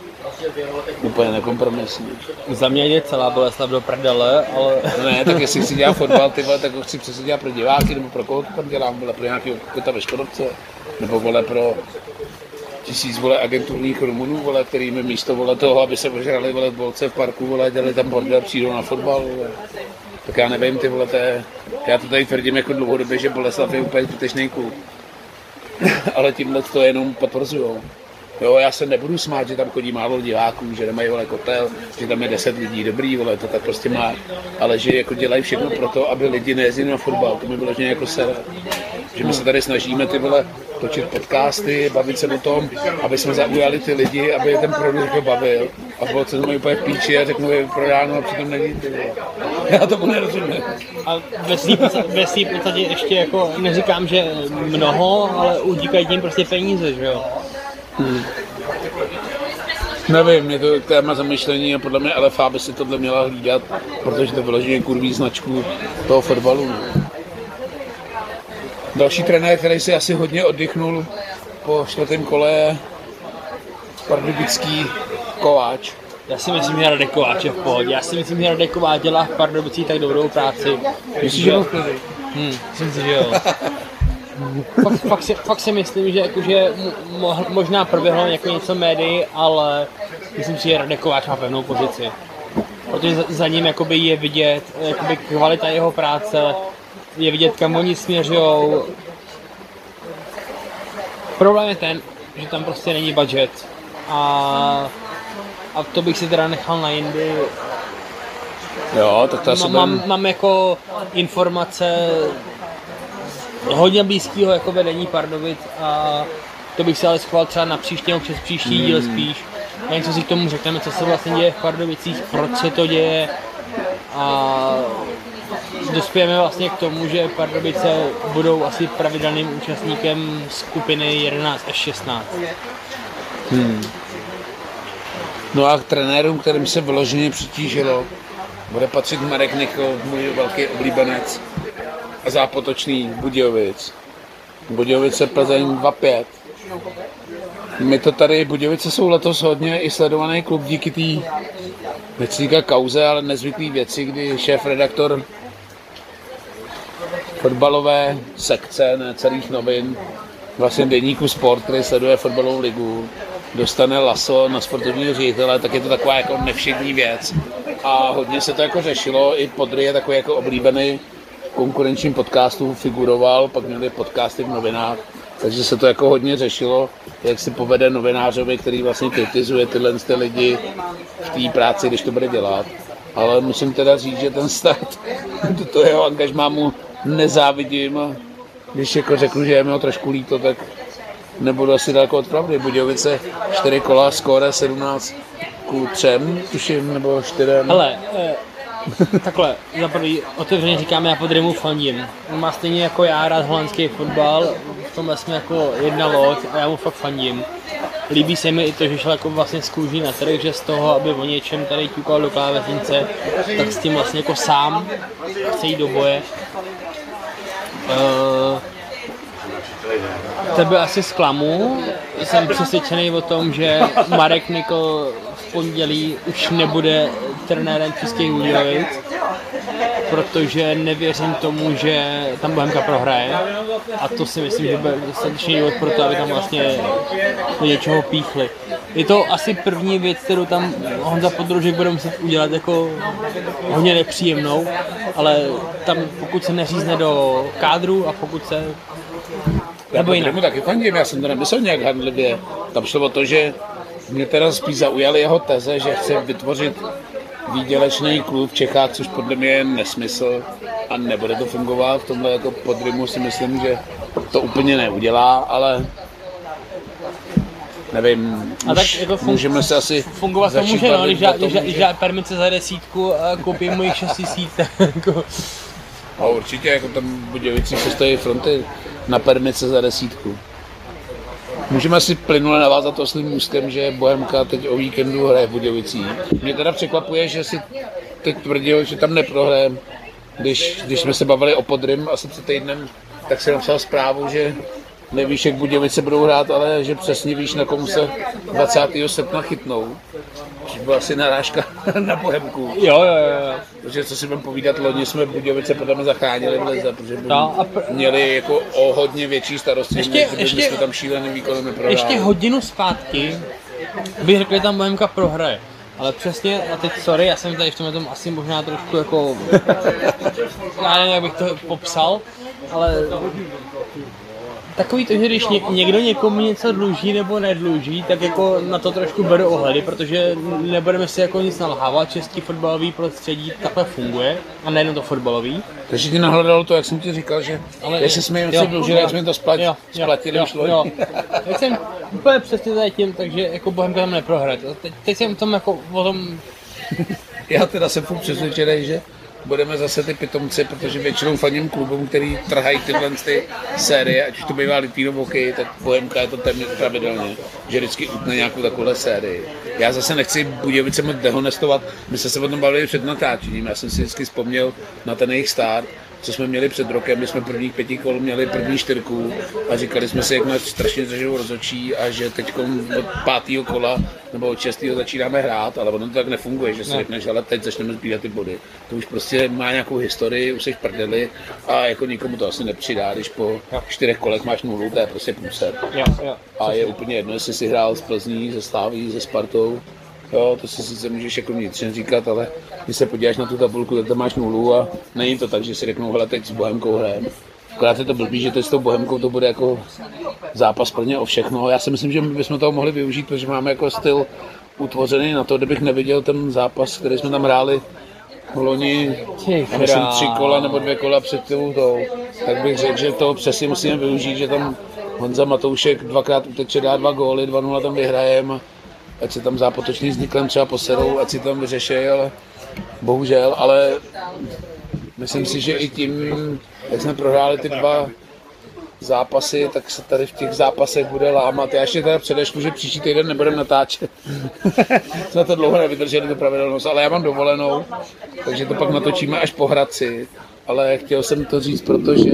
Úplně nekompromisní.
Za mě jde celá Boleslav do prdele, ale...
Ne, tak jestli chci dělat fotbal, ty vole, tak ho chci přesně dělat pro diváky, nebo pro koho to tam dělám, vole, pro nějakého kota ve Škodovce, nebo vole pro tisíc vole agenturních Rumunů, vole, který mi místo vole toho, aby se požrali vole bolce v parku, vole, dělali tam bordel, přijdou na fotbal, vole. Tak já nevím, ty vole, to je... Já to tady tvrdím jako dlouhodobě, že Boleslav je úplně zbytečný klub. Ale tímhle to jenom potvrzujou. Jo, já se nebudu smát, že tam chodí málo diváků, že nemají vole kotel, že tam je deset lidí, dobrý, vole, to tak prostě má, ale že jako dělají všechno pro to, aby lidi nejezdili na fotbal, to mi bylo že jako sere. Že my se tady snažíme ty vole točit podcasty, bavit se o tom, aby jsme zaujali ty lidi, aby je ten produkt jako bavil. A bylo se to mají úplně v píči a řeknou je prodáno a přitom není ty vole. Já tomu nerozumím.
A ve svým podstatě ještě jako neříkám, že mnoho, ale udíkají tím prostě peníze, že jo. Hmm.
Nevím, mě to téma zamyšlení a podle mě L F A by si tohle měla hlídat, protože to vyloženě kurví značku toho fotbalu. No. Další trenér, který si asi hodně oddychnul po čtvrtém kole, je pardubický Kováč.
Já si myslím, že Radek Kováč je v pohodě. Já si myslím, že Radek Kováč dělá v Pardubicích tak dobrou práci.
Myslíš, že ho v klidu?
Hmm, myslím si, že jo. fakt, fakt, si, fakt si myslím, že jakože mo, možná proběhlo jako něco médií, ale myslím si, že Radek Kováč má pevnou pozici. Protože za, za ním jakoby je vidět jakoby kvalita jeho práce, je vidět, kam oni směřujou. Problém je ten, že tam prostě není budget. A, a to bych si teda nechal na jindy.
Jo, tak to asi
mám, mám, mám jako informace hodně blízkého jako vedení Pardubic a to bych si ale schoval třeba na příští nebo přes příští hmm. díl spíš. A něco si k tomu řekneme, co se vlastně děje v Pardubicích, proč se to děje a dospějeme vlastně k tomu, že Pardubice budou asi pravidelným účastníkem skupiny jedenáct až šestnáct.
Hmm. No a k trenérům, kterým se vyloženě přitížilo, bude patřit Marek Nikl, můj velký oblíbenec a zápotočný Budějovic. Budějovice Plzeň dva pět. My to tady, Budějovice jsou letos hodně i sledovaný klub díky té, nechci říkat kauze, ale nezvyklý věci, kdy šéf-redaktor fotbalové sekce, ne celých novin, vlastně deníku Sport, který sleduje fotbalovou ligu, dostane laso na sportovního ředitele, tak je to taková jako nevšední věc. A hodně se to jako řešilo, i Podry je takový jako oblíbený konkurenčním podcastu figuroval, pak měli podcasty v novinách, takže se to jako hodně řešilo, jak si povede novinářovi, který vlastně kritizuje tyhle ty lidi v té práci, když to bude dělat. Ale musím teda říct, že ten start do toho jeho angažmá mu nezávidím a když jako řeknu, že je mi ho trošku líto, tak nebudu asi daleko od pravdy. Budějovice čtyři kola, skóre sedmnáct ku třem, tuším, nebo čtyřem.
Hele, eh, takhle, za prvý otevřeně říkám, já pod Rimu fandím. On má stejně jako já rád holandský fotbal, v tomhle jsme jako jedna loď a já mu fakt fandím. Líbí se mi i to, že šel jako vlastně z kůží na trh, že z toho, aby o něčem tady ťukal do klávesnice, tak s tím vlastně jako sám chce jít do boje. Uh, tebe asi zklamu, jsem přesvědčený o tom, že Marek Nikl v pondělí už nebude trenérem Českých Budějovic, protože nevěřím tomu, že tam Bohemka prohraje a to si myslím, že bude dostatečný důvod pro to, aby tam vlastně do něčeho píchli. Je to asi první věc, kterou tam Honza Podrožek bude muset udělat jako hodně nepříjemnou, ale tam pokud se neřízne do kádru a pokud se...
Nebo jinak. Já taky fandím, já jsem to nemyslel nějak handlivě. Tam šlo o to, že mě teda spíš zaujaly jeho teze, že chce vytvořit výdělečný klub v Čechách, což podle mě je nesmysl a nebude to fungovat. V tomhle jako Podrymu si myslím, že to úplně neudělá, ale nevím,
a tak jako fun-
můžeme se asi
fungovat to může, no, když, když, když dá permice za desítku a koupím mu jich šest tisíc. Jako.
A určitě, jako tam Budějovici postaví fronty na permice za desítku. Můžeme si plynule navázat to svým úzkem, že Bohemka teď o víkendu hraje v Budějovicích. Mě teda překvapuje, že si teď tvrdil, že tam neprohraje. Když, když jsme se bavili o Podrym asi před týdnem, tak jsem napsal zprávu, že nevíš, jak Budějovice budou hrát, ale že přesně víš, na komu se dvacátého srpna chytnou. Což byla asi narážka na Bohemku.
Jo, jo, jo.
Protože co si budeme povídat, loni jsme Budějovice podle mě zachránili v lize, protože by
no, pr-
měli jako o hodně větší starosti,
ještě,
než
ještě,
jsme tam šíleným výkonem neprohráli.
Ještě hodinu zpátky bych řekl, že tam Bohemka prohraje. Ale přesně, a teď sorry, já jsem tady v tomhle tom asi možná trošku jako, já nevím, jak bych to popsal, ale takový to, že když ně, někdo někomu něco dluží nebo nedluží, tak jako na to trošku beru ohledy, protože nebudeme si jako nic nalhávat, český fotbalový prostředí takhle funguje a nejenom to fotbalový.
Takže ti nahledalo to, jak jsem ti říkal, že ale jestli jsme jim dlužili, jak jsme to splat, jo, splatili
jo,
už loni.
Jo. Tak jsem úplně přesně tady tím, takže jako Bohemka tam neprohraje. Teď, teď jsem tom jako o tom...
Já teda jsem furt přesvědčený, že budeme zase ty pitomci, protože většinou fandím klubům, který trhají tyhle ty série, ať už to bývá Litvínov hokej, tak Bohemka je to téměř pravidelně, že vždycky utne nějakou takovou sérii. Já zase nechci Budějovice moc dehonestovat, my jsme se o tom bavili před natáčením, já jsem si vždycky vzpomněl na ten jejich start co jsme měli před rokem, my jsme prvních pěti kol měli první čtyřku a říkali jsme si, jak nás strašně držou rozhodčí a že teď od pátého kola nebo od šestého začínáme hrát, ale ono to tak nefunguje, že si
ne.
řekneš, ale teď začneme sbírat ty body. To už prostě má nějakou historii, už jsi v prdeli a jako nikomu to asi nepřidá, když po čtyřech kolech máš nulu, to je prostě průser.
Jo, jo.
A je úplně jedno, jestli si hrál s Plzní, se Sláví, se Spartou. Jo, to si sice můžeš jako vnitřně říkat, ale když se podíváš na tu tabulku, tak tam máš nulu a není to tak, že si řeknou, hele, teď s Bohemkou hrajeme. Akorát je to blbý, že teď s tou Bohemkou to bude jako zápas plně o všechno. Já si myslím, že my bychom toho mohli využít, protože máme jako styl utvořený na to, kdybych neviděl ten zápas, který jsme tam hráli v loni, já myslím tři kola nebo dvě kola před tou, tak bych řekl, že to přesně musíme využít, že tam Honza Matoušek dvakrát uteče, dá dva góly, dva nula tam vyhrajeme. Ať se tam zápotočný vzniklem třeba poserou, ať si tam vyřešej, ale bohužel, ale myslím si, že i tím, jak jsme prohráli ty dva zápasy, tak se tady v těch zápasech bude lámat. Já ještě teda předešlu, že příští týden nebudeme natáčet. Jsme to dlouho nevydrželi, tu pravidelnost, ale já mám dovolenou, takže to pak natočíme až po Hradci. Ale chtěl jsem to říct, protože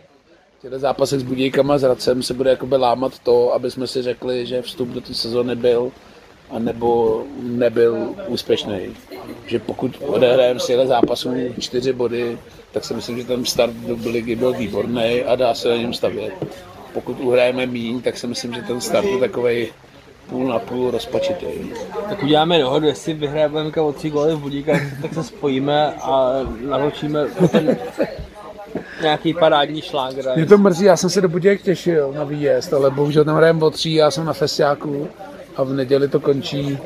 v těchto zápasech s Budějkama a s Hradcem se bude jakoby lámat to, aby jsme si řekli, že vstup do té sezóny byl a nebo nebyl úspěšný. Že pokud odehrajeme z těchto zápasů čtyři body, tak si myslím, že ten start do ligy byl výborný a dá se na něm stavět. Pokud uhrajeme míň, tak si myslím, že ten start je takovej půl na půl rozpačitý.
Tak uděláme dohodu, jestli vyhraje Bohemka o tři góly v Budějkách, tak se spojíme a natočíme ten nějaký parádní šlágr.
Mě to mrzí, já jsem se do Budějek těšil na výjezd, ale bohužel tam hrajeme o tří, já jsem na festiáku a v neděli to končí.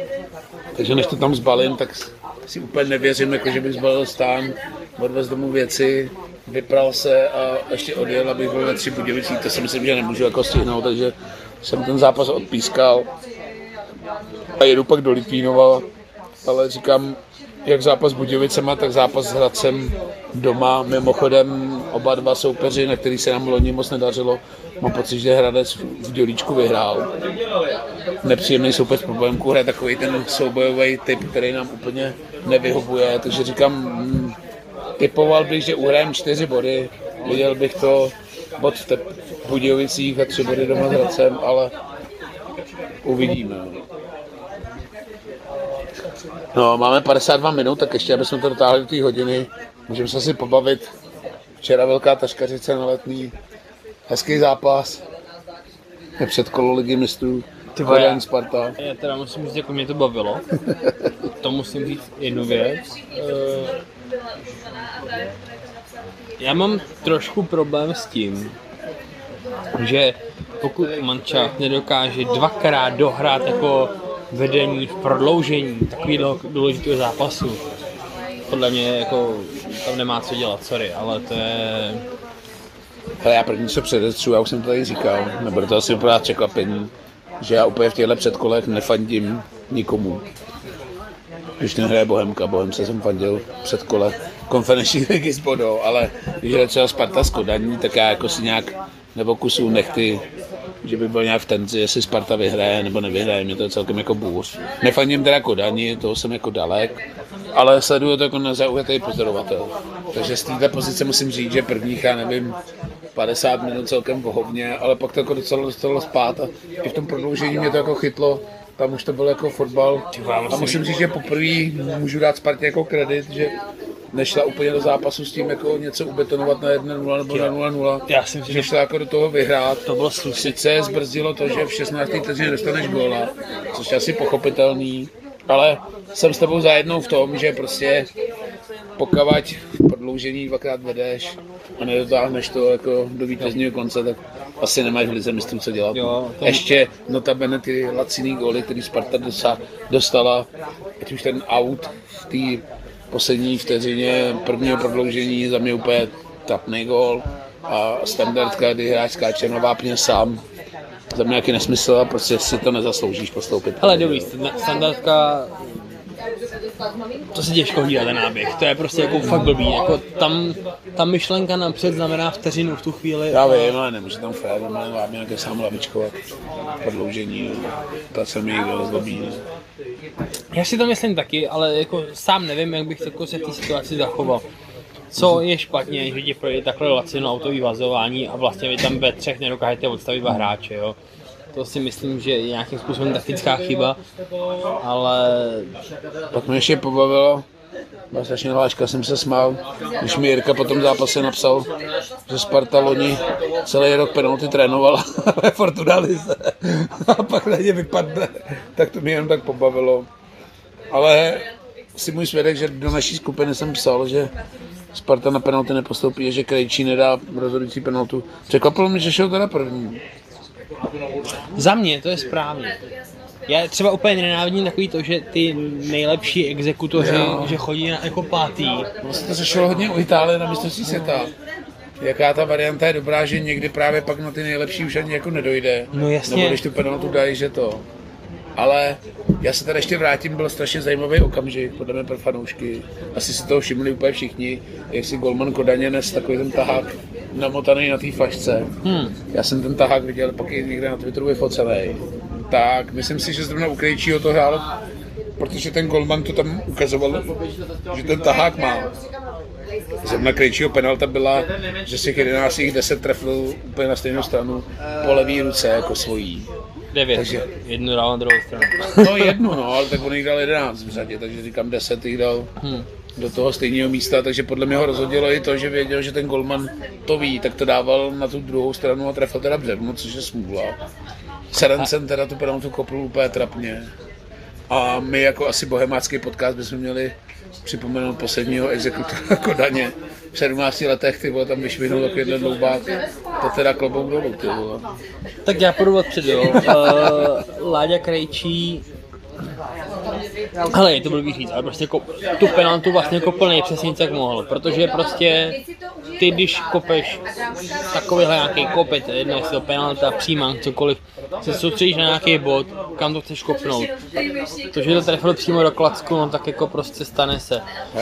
Takže než to tam zbalím, tak si úplně nevěřím, jako že bych zbalil stán, odvez domů věci, vypral se a ještě odjel, abych byl ve tři Budějovicích, to si myslím, že nemůžu jako stihnout, takže jsem ten zápas odpískal a jedu pak do Litvínova, ale říkám, jak zápas s Budějovicema, tak zápas s Hradcem doma. Mimochodem oba dva soupeři, na který se nám loni moc nedařilo. Mám pocit, že Hradec v Dělíčku vyhrál. Nepříjemný soupeř pro Bohemku, hraje takový ten soubojový typ, který nám úplně nevyhovuje. Takže říkám, hm, typoval bych, že uhrajeme čtyři body. Viděl bych to bod v, te- v Budějovicích a tři body doma s Hradcem, ale uvidíme. No, máme padesát dva minut, tak ještě, abychom to dotáhli do té hodiny. Můžeme se si pobavit. Včera velká taškařice na Letný. Hezký zápas. Je před kolo ligy mistrů. Kodaň, Sparta.
Já teda musím říct, jako mě to bavilo. To musím říct jednu věc. Já mám trošku problém s tím, že pokud mančaft nedokáže dvakrát dohrát jako vedení v prodloužení takového důležitého zápasu, podle mě jako tam nemá co dělat, sorry, ale to je...
Hele, já první se předestřu, já už jsem to tady říkal, nebude to asi úplně překvapení, že já úplně v těchto předkolech nefandím nikomu. Když nehraje Bohemka, Bohemce jsem fandil před kole konferenční ligy s Bodou, ale když je třeba Sparta s Kodaní, tak já jako si nějak nebo kusu nechty, že by byl nějak v tenzi, jestli Sparta vyhraje nebo nevyhraje, mě to je celkem jako bůř. Nefandím teda Kodani, toho jsem jako dalek, ale sleduju to jako nezaujatý pozorovatel. Takže z této pozice musím říct, že prvních, já nevím, padesát minut celkem vohovně, ale pak to jako docela dostalo spát a i v tom prodloužení mě to jako chytlo. Tam už to byl jako fotbal a musím říct, že poprvé můžu dát Spartě jako kredit, že nešla úplně do zápasu s tím jako něco ubetonovat na jedna nula nebo na nula nula.
Já si myslím,
že šla jako do toho vyhrát.
To bylo slušné.
Sice zbrzdilo to, že v šestnácté vteřině dostaneš góla, což je asi pochopitelný, ale jsem s tebou zajednou v tom, že prostě pokavať v prodloužení dvakrát vedeš a nedotáhneš to jako do vítězního konce, tak asi nemáš v lize mistrů co dělat.
Jo, to...
Ještě notabene ty laciný góly, který Sparta dosa, dostala, ať už ten out v té poslední vteřině prvního prodloužení, za mě úplně trapný gól a standardka, kdy hráč skáče na vápně sám. Za mě nějaký nesmysl a prostě si to nezasloužíš postoupit.
Hele, dobrý, standardka, to se těžko hlídá ten náběh, to je prostě jako fakt blbý, jako tam, ta myšlenka napřed znamená vteřinu v tu chvíli.
Já vím, ale nemůže tam Fred, ale vám nějaké sám lavičkovat prodloužení, to se mi někdo zlobí.
Já si to myslím taky, ale jako sám nevím, jak bych jako se v té situaci zachoval. Co je špatně, že ti projde takhle lacino autový vazování a vlastně vy tam ve třech nedokážete odstavit dva hráče, jo. To si myslím, že je nějakým způsobem taktická chyba, ale...
Pak mě ještě pobavilo, byla strašně hláška, jsem se smál, když mi Jirka po tom zápase napsal, že Sparta loni celý rok penalty trénovala ve Fortuna Lize a pak na ně vypadne, tak to mě jenom tak pobavilo. Ale si můj svědek, že do naší skupiny jsem psal, že Sparta na penalty nepostoupí, že Krejčí nedá rozhodující penaltu. Překvapilo mě, že šel teda první.
Za mě to je správně. Já třeba úplně nenávidím takový to, že ty nejlepší exekutoři, jo. že chodí na jako pátý.
Vlastně to řešilo hodně u Itálie na mistrovství světa. Jaká ta varianta je dobrá, že někdy právě pak na ty nejlepší už ani jako nedojde.
No jasně.
Nebo když tu penaltu dají, že to. Ale já se tady ještě vrátím, byl strašně zajímavý okamžik, podle mě pro fanoušky. Asi si toho všimli úplně všichni, jak si golman Kodaně nes takový ten tahák namotaný na té fašce. Hmm. Já jsem ten tahák viděl, pak i někde na Twitteru vyfocenej. Tak myslím si, že zrovna u Krejčího to hrálo, protože ten golman to tam ukazoval, že ten tahák má. Zrovna Krejčího penalta byla, že si jedenáct deset trefil úplně na stejnou stranu po levý ruce jako svojí.
devět, takže jednu dal na druhou stranu.
No jednu, no, ale tak on jich dal jedenáct v řadě, takže říkám deset jich dal hmm. do toho stejného místa, takže podle mě ho rozhodilo i to, že věděl, že ten golman to ví, tak to dával na tu druhou stranu a trefil teda břevno, což je smůla. Serencen teda tu penaltu kopl úplně trapně. A my jako asi bohemácký podcast bychom měli připomenout posledního exekutora Kodaně. V sedmnácti letech, ty vole, tam vyšvihnul takovýhle dloubák, to teda klobouk dolů, ty vole.
Tak já půjdu odpřed, jo. Uh, Láďa Krejčí, hele, je to blbý říct, ale prostě kop, tu penaltu vlastně kopl nejpřesněji, jak mohl, protože prostě ty, když kopeš takovýhle nějaký kopet, jedno jestli to penalta, přímák, cokoliv, se soustředíš na nějaký bod, kam to chceš kopnout. To, že to trefil přímo do klacku, no tak jako prostě stane se.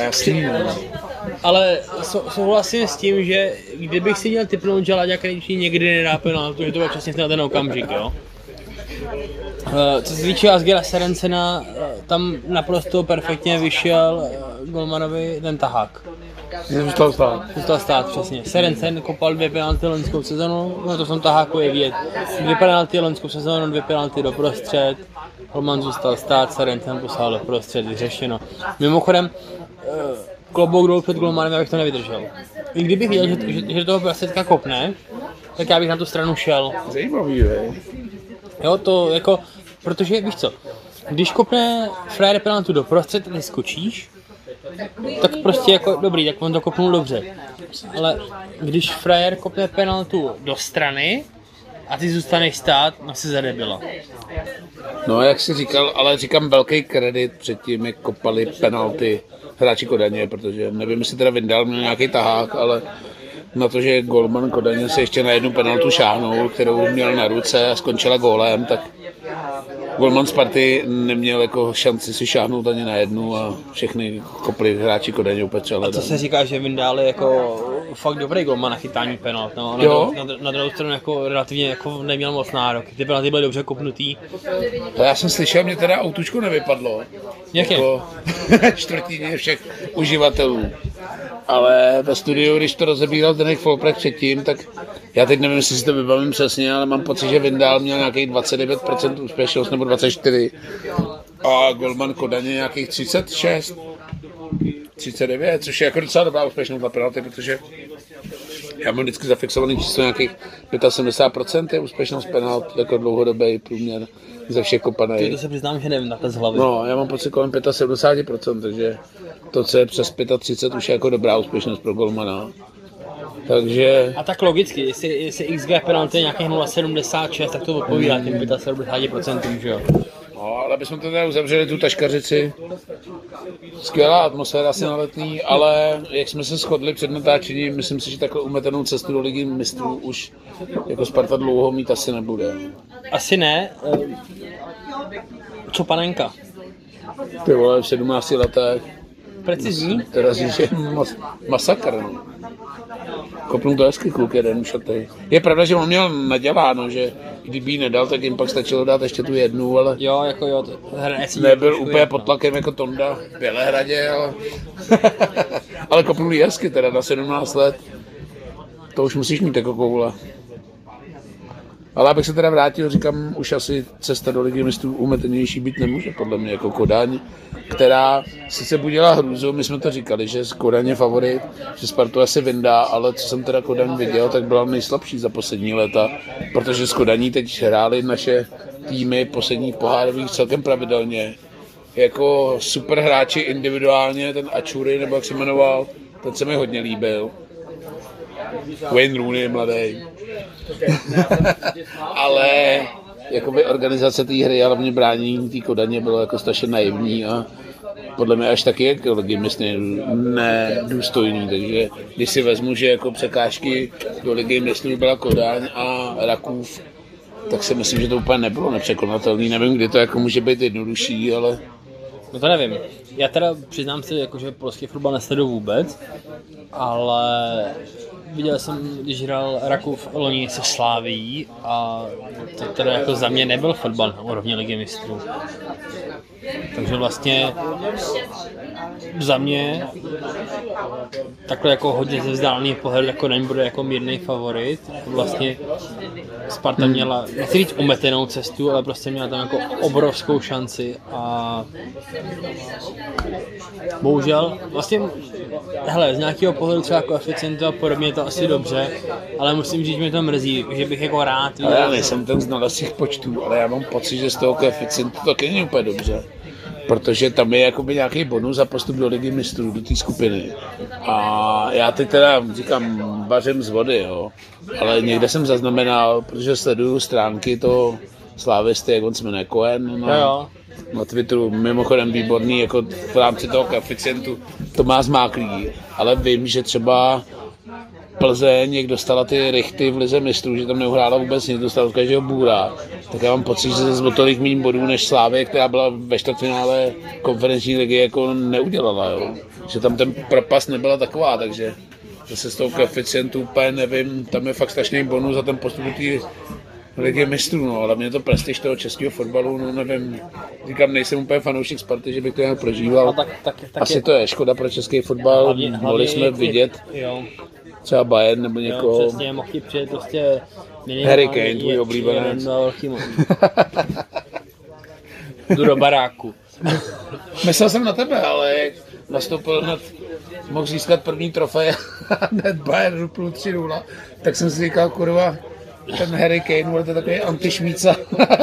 Ale sou, souhlasím s tím, že kdybych si měl tipnout, že Láďa Krejčí někdy nedá penaltu, že to bude přesně na ten okamžik, jo. Co se týče Asgera Serencena, tam naprosto perfektně vyšel golmanovi ten tahák.
Zůstal stát.
Zůstal stát, přesně. Serencen kopal dvě penalty loňskou sezonu, no to v tom taháku je vidět. Dvě penalty loňskou sezonu, dvě penalty doprostřed. Golman zůstal stát, Serencen poslal doprostřed, vyřešeno. Mimochodem, klobouk dolů před golmanem, já bych to nevydržel. I kdybych viděl, že, že, že toho prasetka kopne, tak já bych na tu stranu šel.
Zajímavý, je.
Jo, to jako, protože víš co, když kopne frajer penaltu doprostřed a ty skočíš, tak prostě jako dobrý, tak on to kopnul dobře. Ale když frajer kopne penaltu do strany a ty zůstaneš stát, no si zadebilo.
No jak jsi říkal, ale říkám velký kredit před tím, jak kopali penalty hráči Kodaně, protože nevím, jestli teda Vindal měl nějaký tahák, ale na to, že golman Kodaně se ještě na jednu penaltu šáhnul, kterou měl na ruce a skončila gólem, tak golman Sparty neměl jako šanci si šáhnout ani na jednu a všechny kopli hráči Kodaně úplně třeba.
A co se říká, že Vindal je jako fakt dobrý golman na chytání penalt, no, na, dru- na, na druhou stranu jako relativně jako neměl moc nárok, ty penalty byly dobře kopnutý.
To já jsem slyšel, mě teda autučko nevypadlo.
Jak je?
Jako čtvrtině všech uživatelů. Ale ve studiu, když to rozebíral Zdeněk Folprech předtím, tak já teď nevím, jestli si to vybavím přesně, ale mám pocit, že Vindal měl nějakých dvacet devět procent úspěšnost nebo dvacet čtyři a golman Kodaně nějakých třicet šest, třicet devět, což je jako docela dobrá úspěšnost na penalty, protože já mám vždycky zafixovaný číslo nějakých sedmdesát pět procent je úspěšnost penalt, jako dlouhodobý průměr ze všech kopanej.
To se přiznám, že nevím na to z hlavy.
No, já mám pocit kolem sedmdesát pět procent, takže to, co je přes třicet pět, už je jako dobrá úspěšnost pro golmana. Takže...
A tak logicky, jestli, jestli X G penalty je nějakých nula celá sedmdesát šest, tak to odpovídá těm sedmdesát pět procent, že jo?
No, ale bychom to teda uzavřeli tu taškařici. Skvělá atmosféra asi na Letný, ale jak jsme se shodli před natáčením, myslím si, že takhle umetenou cestu do ligy mistrů už jako Sparta dlouho mít asi nebude.
Asi ne. Co panenka?
Ty vole, v sedmnácti letech.
Precizní?
Teda říct, že mas, masakr. No. Kopnul to hezky kluk jeden ušatej. Je pravda, že on měl naděláno, že kdyby ji nedal, tak jim pak stačilo dát ještě tu jednu, ale
Jo, jako jo, to hraje si
nebyl úplně pod tlakem jako Tonda v Bělehradě, ale, ale kopnul ji hezky teda na sedmnáct let. To už musíš mít jako koule. Ale abych se teda vrátil, říkám, už asi cesta do Ligy mistrů umetenější být nemůže, podle mě, jako Kodaň, která sice budila hrůzu, my jsme to říkali, že Kodaň je favorit, že Spartu asi vyndá, ale co jsem teda Kodaň viděl, tak byla nejslabší za poslední léta, protože s Kodaní teď hráli naše týmy posledních pohárových celkem pravidelně. Jako super hráči individuálně, ten Ačury, nebo jak se jmenoval, ten se mi hodně líbil. Wayne Rooney mladý. Ale jakoby organizace té hry a hlavně bránění té Kodaně bylo jako strašně naivní a podle mě až taky jako ligy mistrů nedůstojný, takže když si vezmu, že jako překážky do ligy mistrů byla Kodaň a Rakův, tak si myslím, že to úplně nebylo nepřekonatelný. Nevím, kdy to jako může být jednodušší, ale
No to nevím. Já teda přiznám si, jako, že polský fotbal nesleduju vůbec, ale viděl jsem, když hrál Rakův loni se Slávií a to teda jako za mě nebyl fotbal na úrovni Ligy mistrů. Takže vlastně za mě takhle jako hodně ze vzdálený pohled jako nebude jako mírnej favorit. Vlastně Sparta měla, nechci říct umetenou cestu, ale prostě měla tam jako obrovskou šanci a bohužel vlastně, hele, z nějakého pohledu třeba koeficientu a podobně je to asi dobře, ale musím říct, že mě to mrzí, že bych jako rád
viděl. Já nejsem ten znalec těch počtů, ale já mám pocit, že z toho koeficientu to taky není úplně dobře. Protože tam je jakoby nějaký bonus za postup do Ligy mistrů, do té skupiny. A já teď teda říkám, vařím z vody, jo. Ale někde jsem zaznamenal, protože sleduju stránky to Slávisty, jak on se jmenuje Cohen na, na Twitteru, mimochodem výborný, jako v rámci toho koeficientu to má zmáklý. Ale vím, že třeba Plzeň, jak dostala ty rychty v Lize mistrů, že tam neuhrála vůbec nic, dostala od každého bůra, tak já mám pocit, že se z tolik méně bodů než Slávě, která byla ve čtvrtfinále konferenční ligy, jako neudělala, jo. Že tam ten propast nebyla taková, takže zase z toho koeficientu úplně nevím, tam je fakt strašný bonus za ten postup té Ligy mistrů, no, ale mě to prestiž toho českého fotbalu, no nevím, říkám, nejsem úplně fanoušek Sparty, že bych to nějak prožíval,
tak, tak, tak
asi
je...
to je škoda pro český fotbal, hlavně, hlavně mohli jsme vidět,
jo.
třeba Bayern nebo někoho.
Jo, přesně, mohli přijet prostě
Harry Kane, tvůj oblíbenec.
Jdu do baráku.
Myslel jsem na tebe, ale jak nastoupil hned, mohl získat první trofej a hned Bayern rupl tři nula, tak jsem si říkal, kurva, ten Harry Kane, bude to takový antišmíca.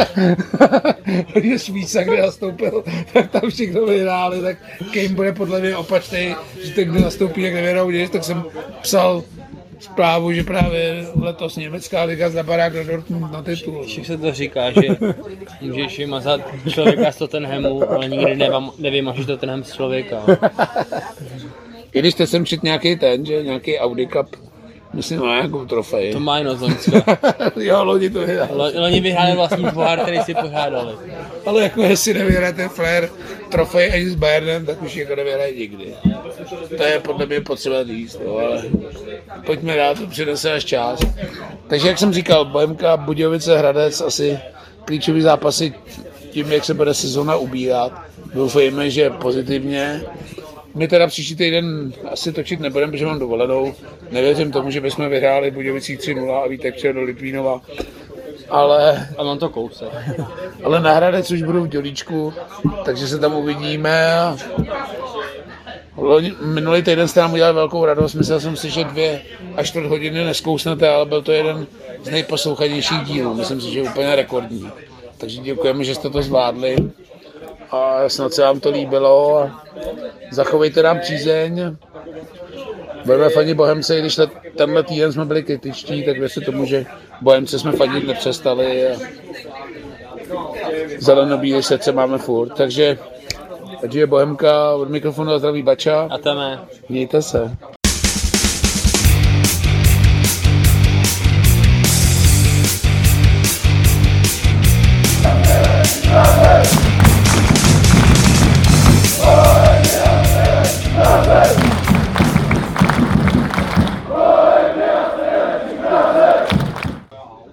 Když šmíca, kde nastoupil, tak tam všichni vyhráli, tak Kane bude podle mě opačný, že ten, kdo nastoupí, jak nevěrou nic, tak jsem psal zprávu, že právě letos německá liga za barák do Dortmund na titul.
Když se to říká, že můžeš vymazat člověka z Tottenhamu, ale nikdy nevymažeš Tottenham z člověka.
I když jste sem čet nějaký ten, že nějaký Audi Cup, myslím, má nějakou trofej.
To má jenom z Loňska.
Jo, loni to vyhráli.
Loni vyhráli vlastní pohár, který si pořádali.
Ale jako jestli nevyhraje ten Flair trofej ani s Bayernem, tak už jako nevyhraje nikdy. To je podle mě potřeba říct, no, ale pojďme dát, to přinese až čas. Takže jak jsem říkal, Bohemka, Budějovice, Hradec, asi klíčový zápasy tím, jak se bude sezóna ubírat. Doufejme, že pozitivně. My teda příští týden asi točit nebudeme, protože mám dovolenou. Nevěřím tomu, že bychom vyhráli Budějovicích tři nula a Vítek přijel do Litvínova. Ale...
A mám to kousek.
Ale na Hradec už budu v Dělíčku, takže se tam uvidíme. Minulý týden jste nám udělali velkou radost, myslel jsem si, že dvě až čtvrt hodiny neskousnete, ale byl to jeden z nejposlouchanějších dílů, myslím si, že úplně rekordní. Takže děkujeme, že jste to zvládli a snad se vám to líbilo. Zachovejte nám přízeň. Budeme fandit Bohemce, když tenhle týden jsme byli kritičtí, tak věřte tomu, že Bohemce jsme fandit nepřestali a zelenobílé srdce máme furt. Takže, takže je Bohemka, od mikrofonu a zdraví Bača.
A teme.
Mějte se.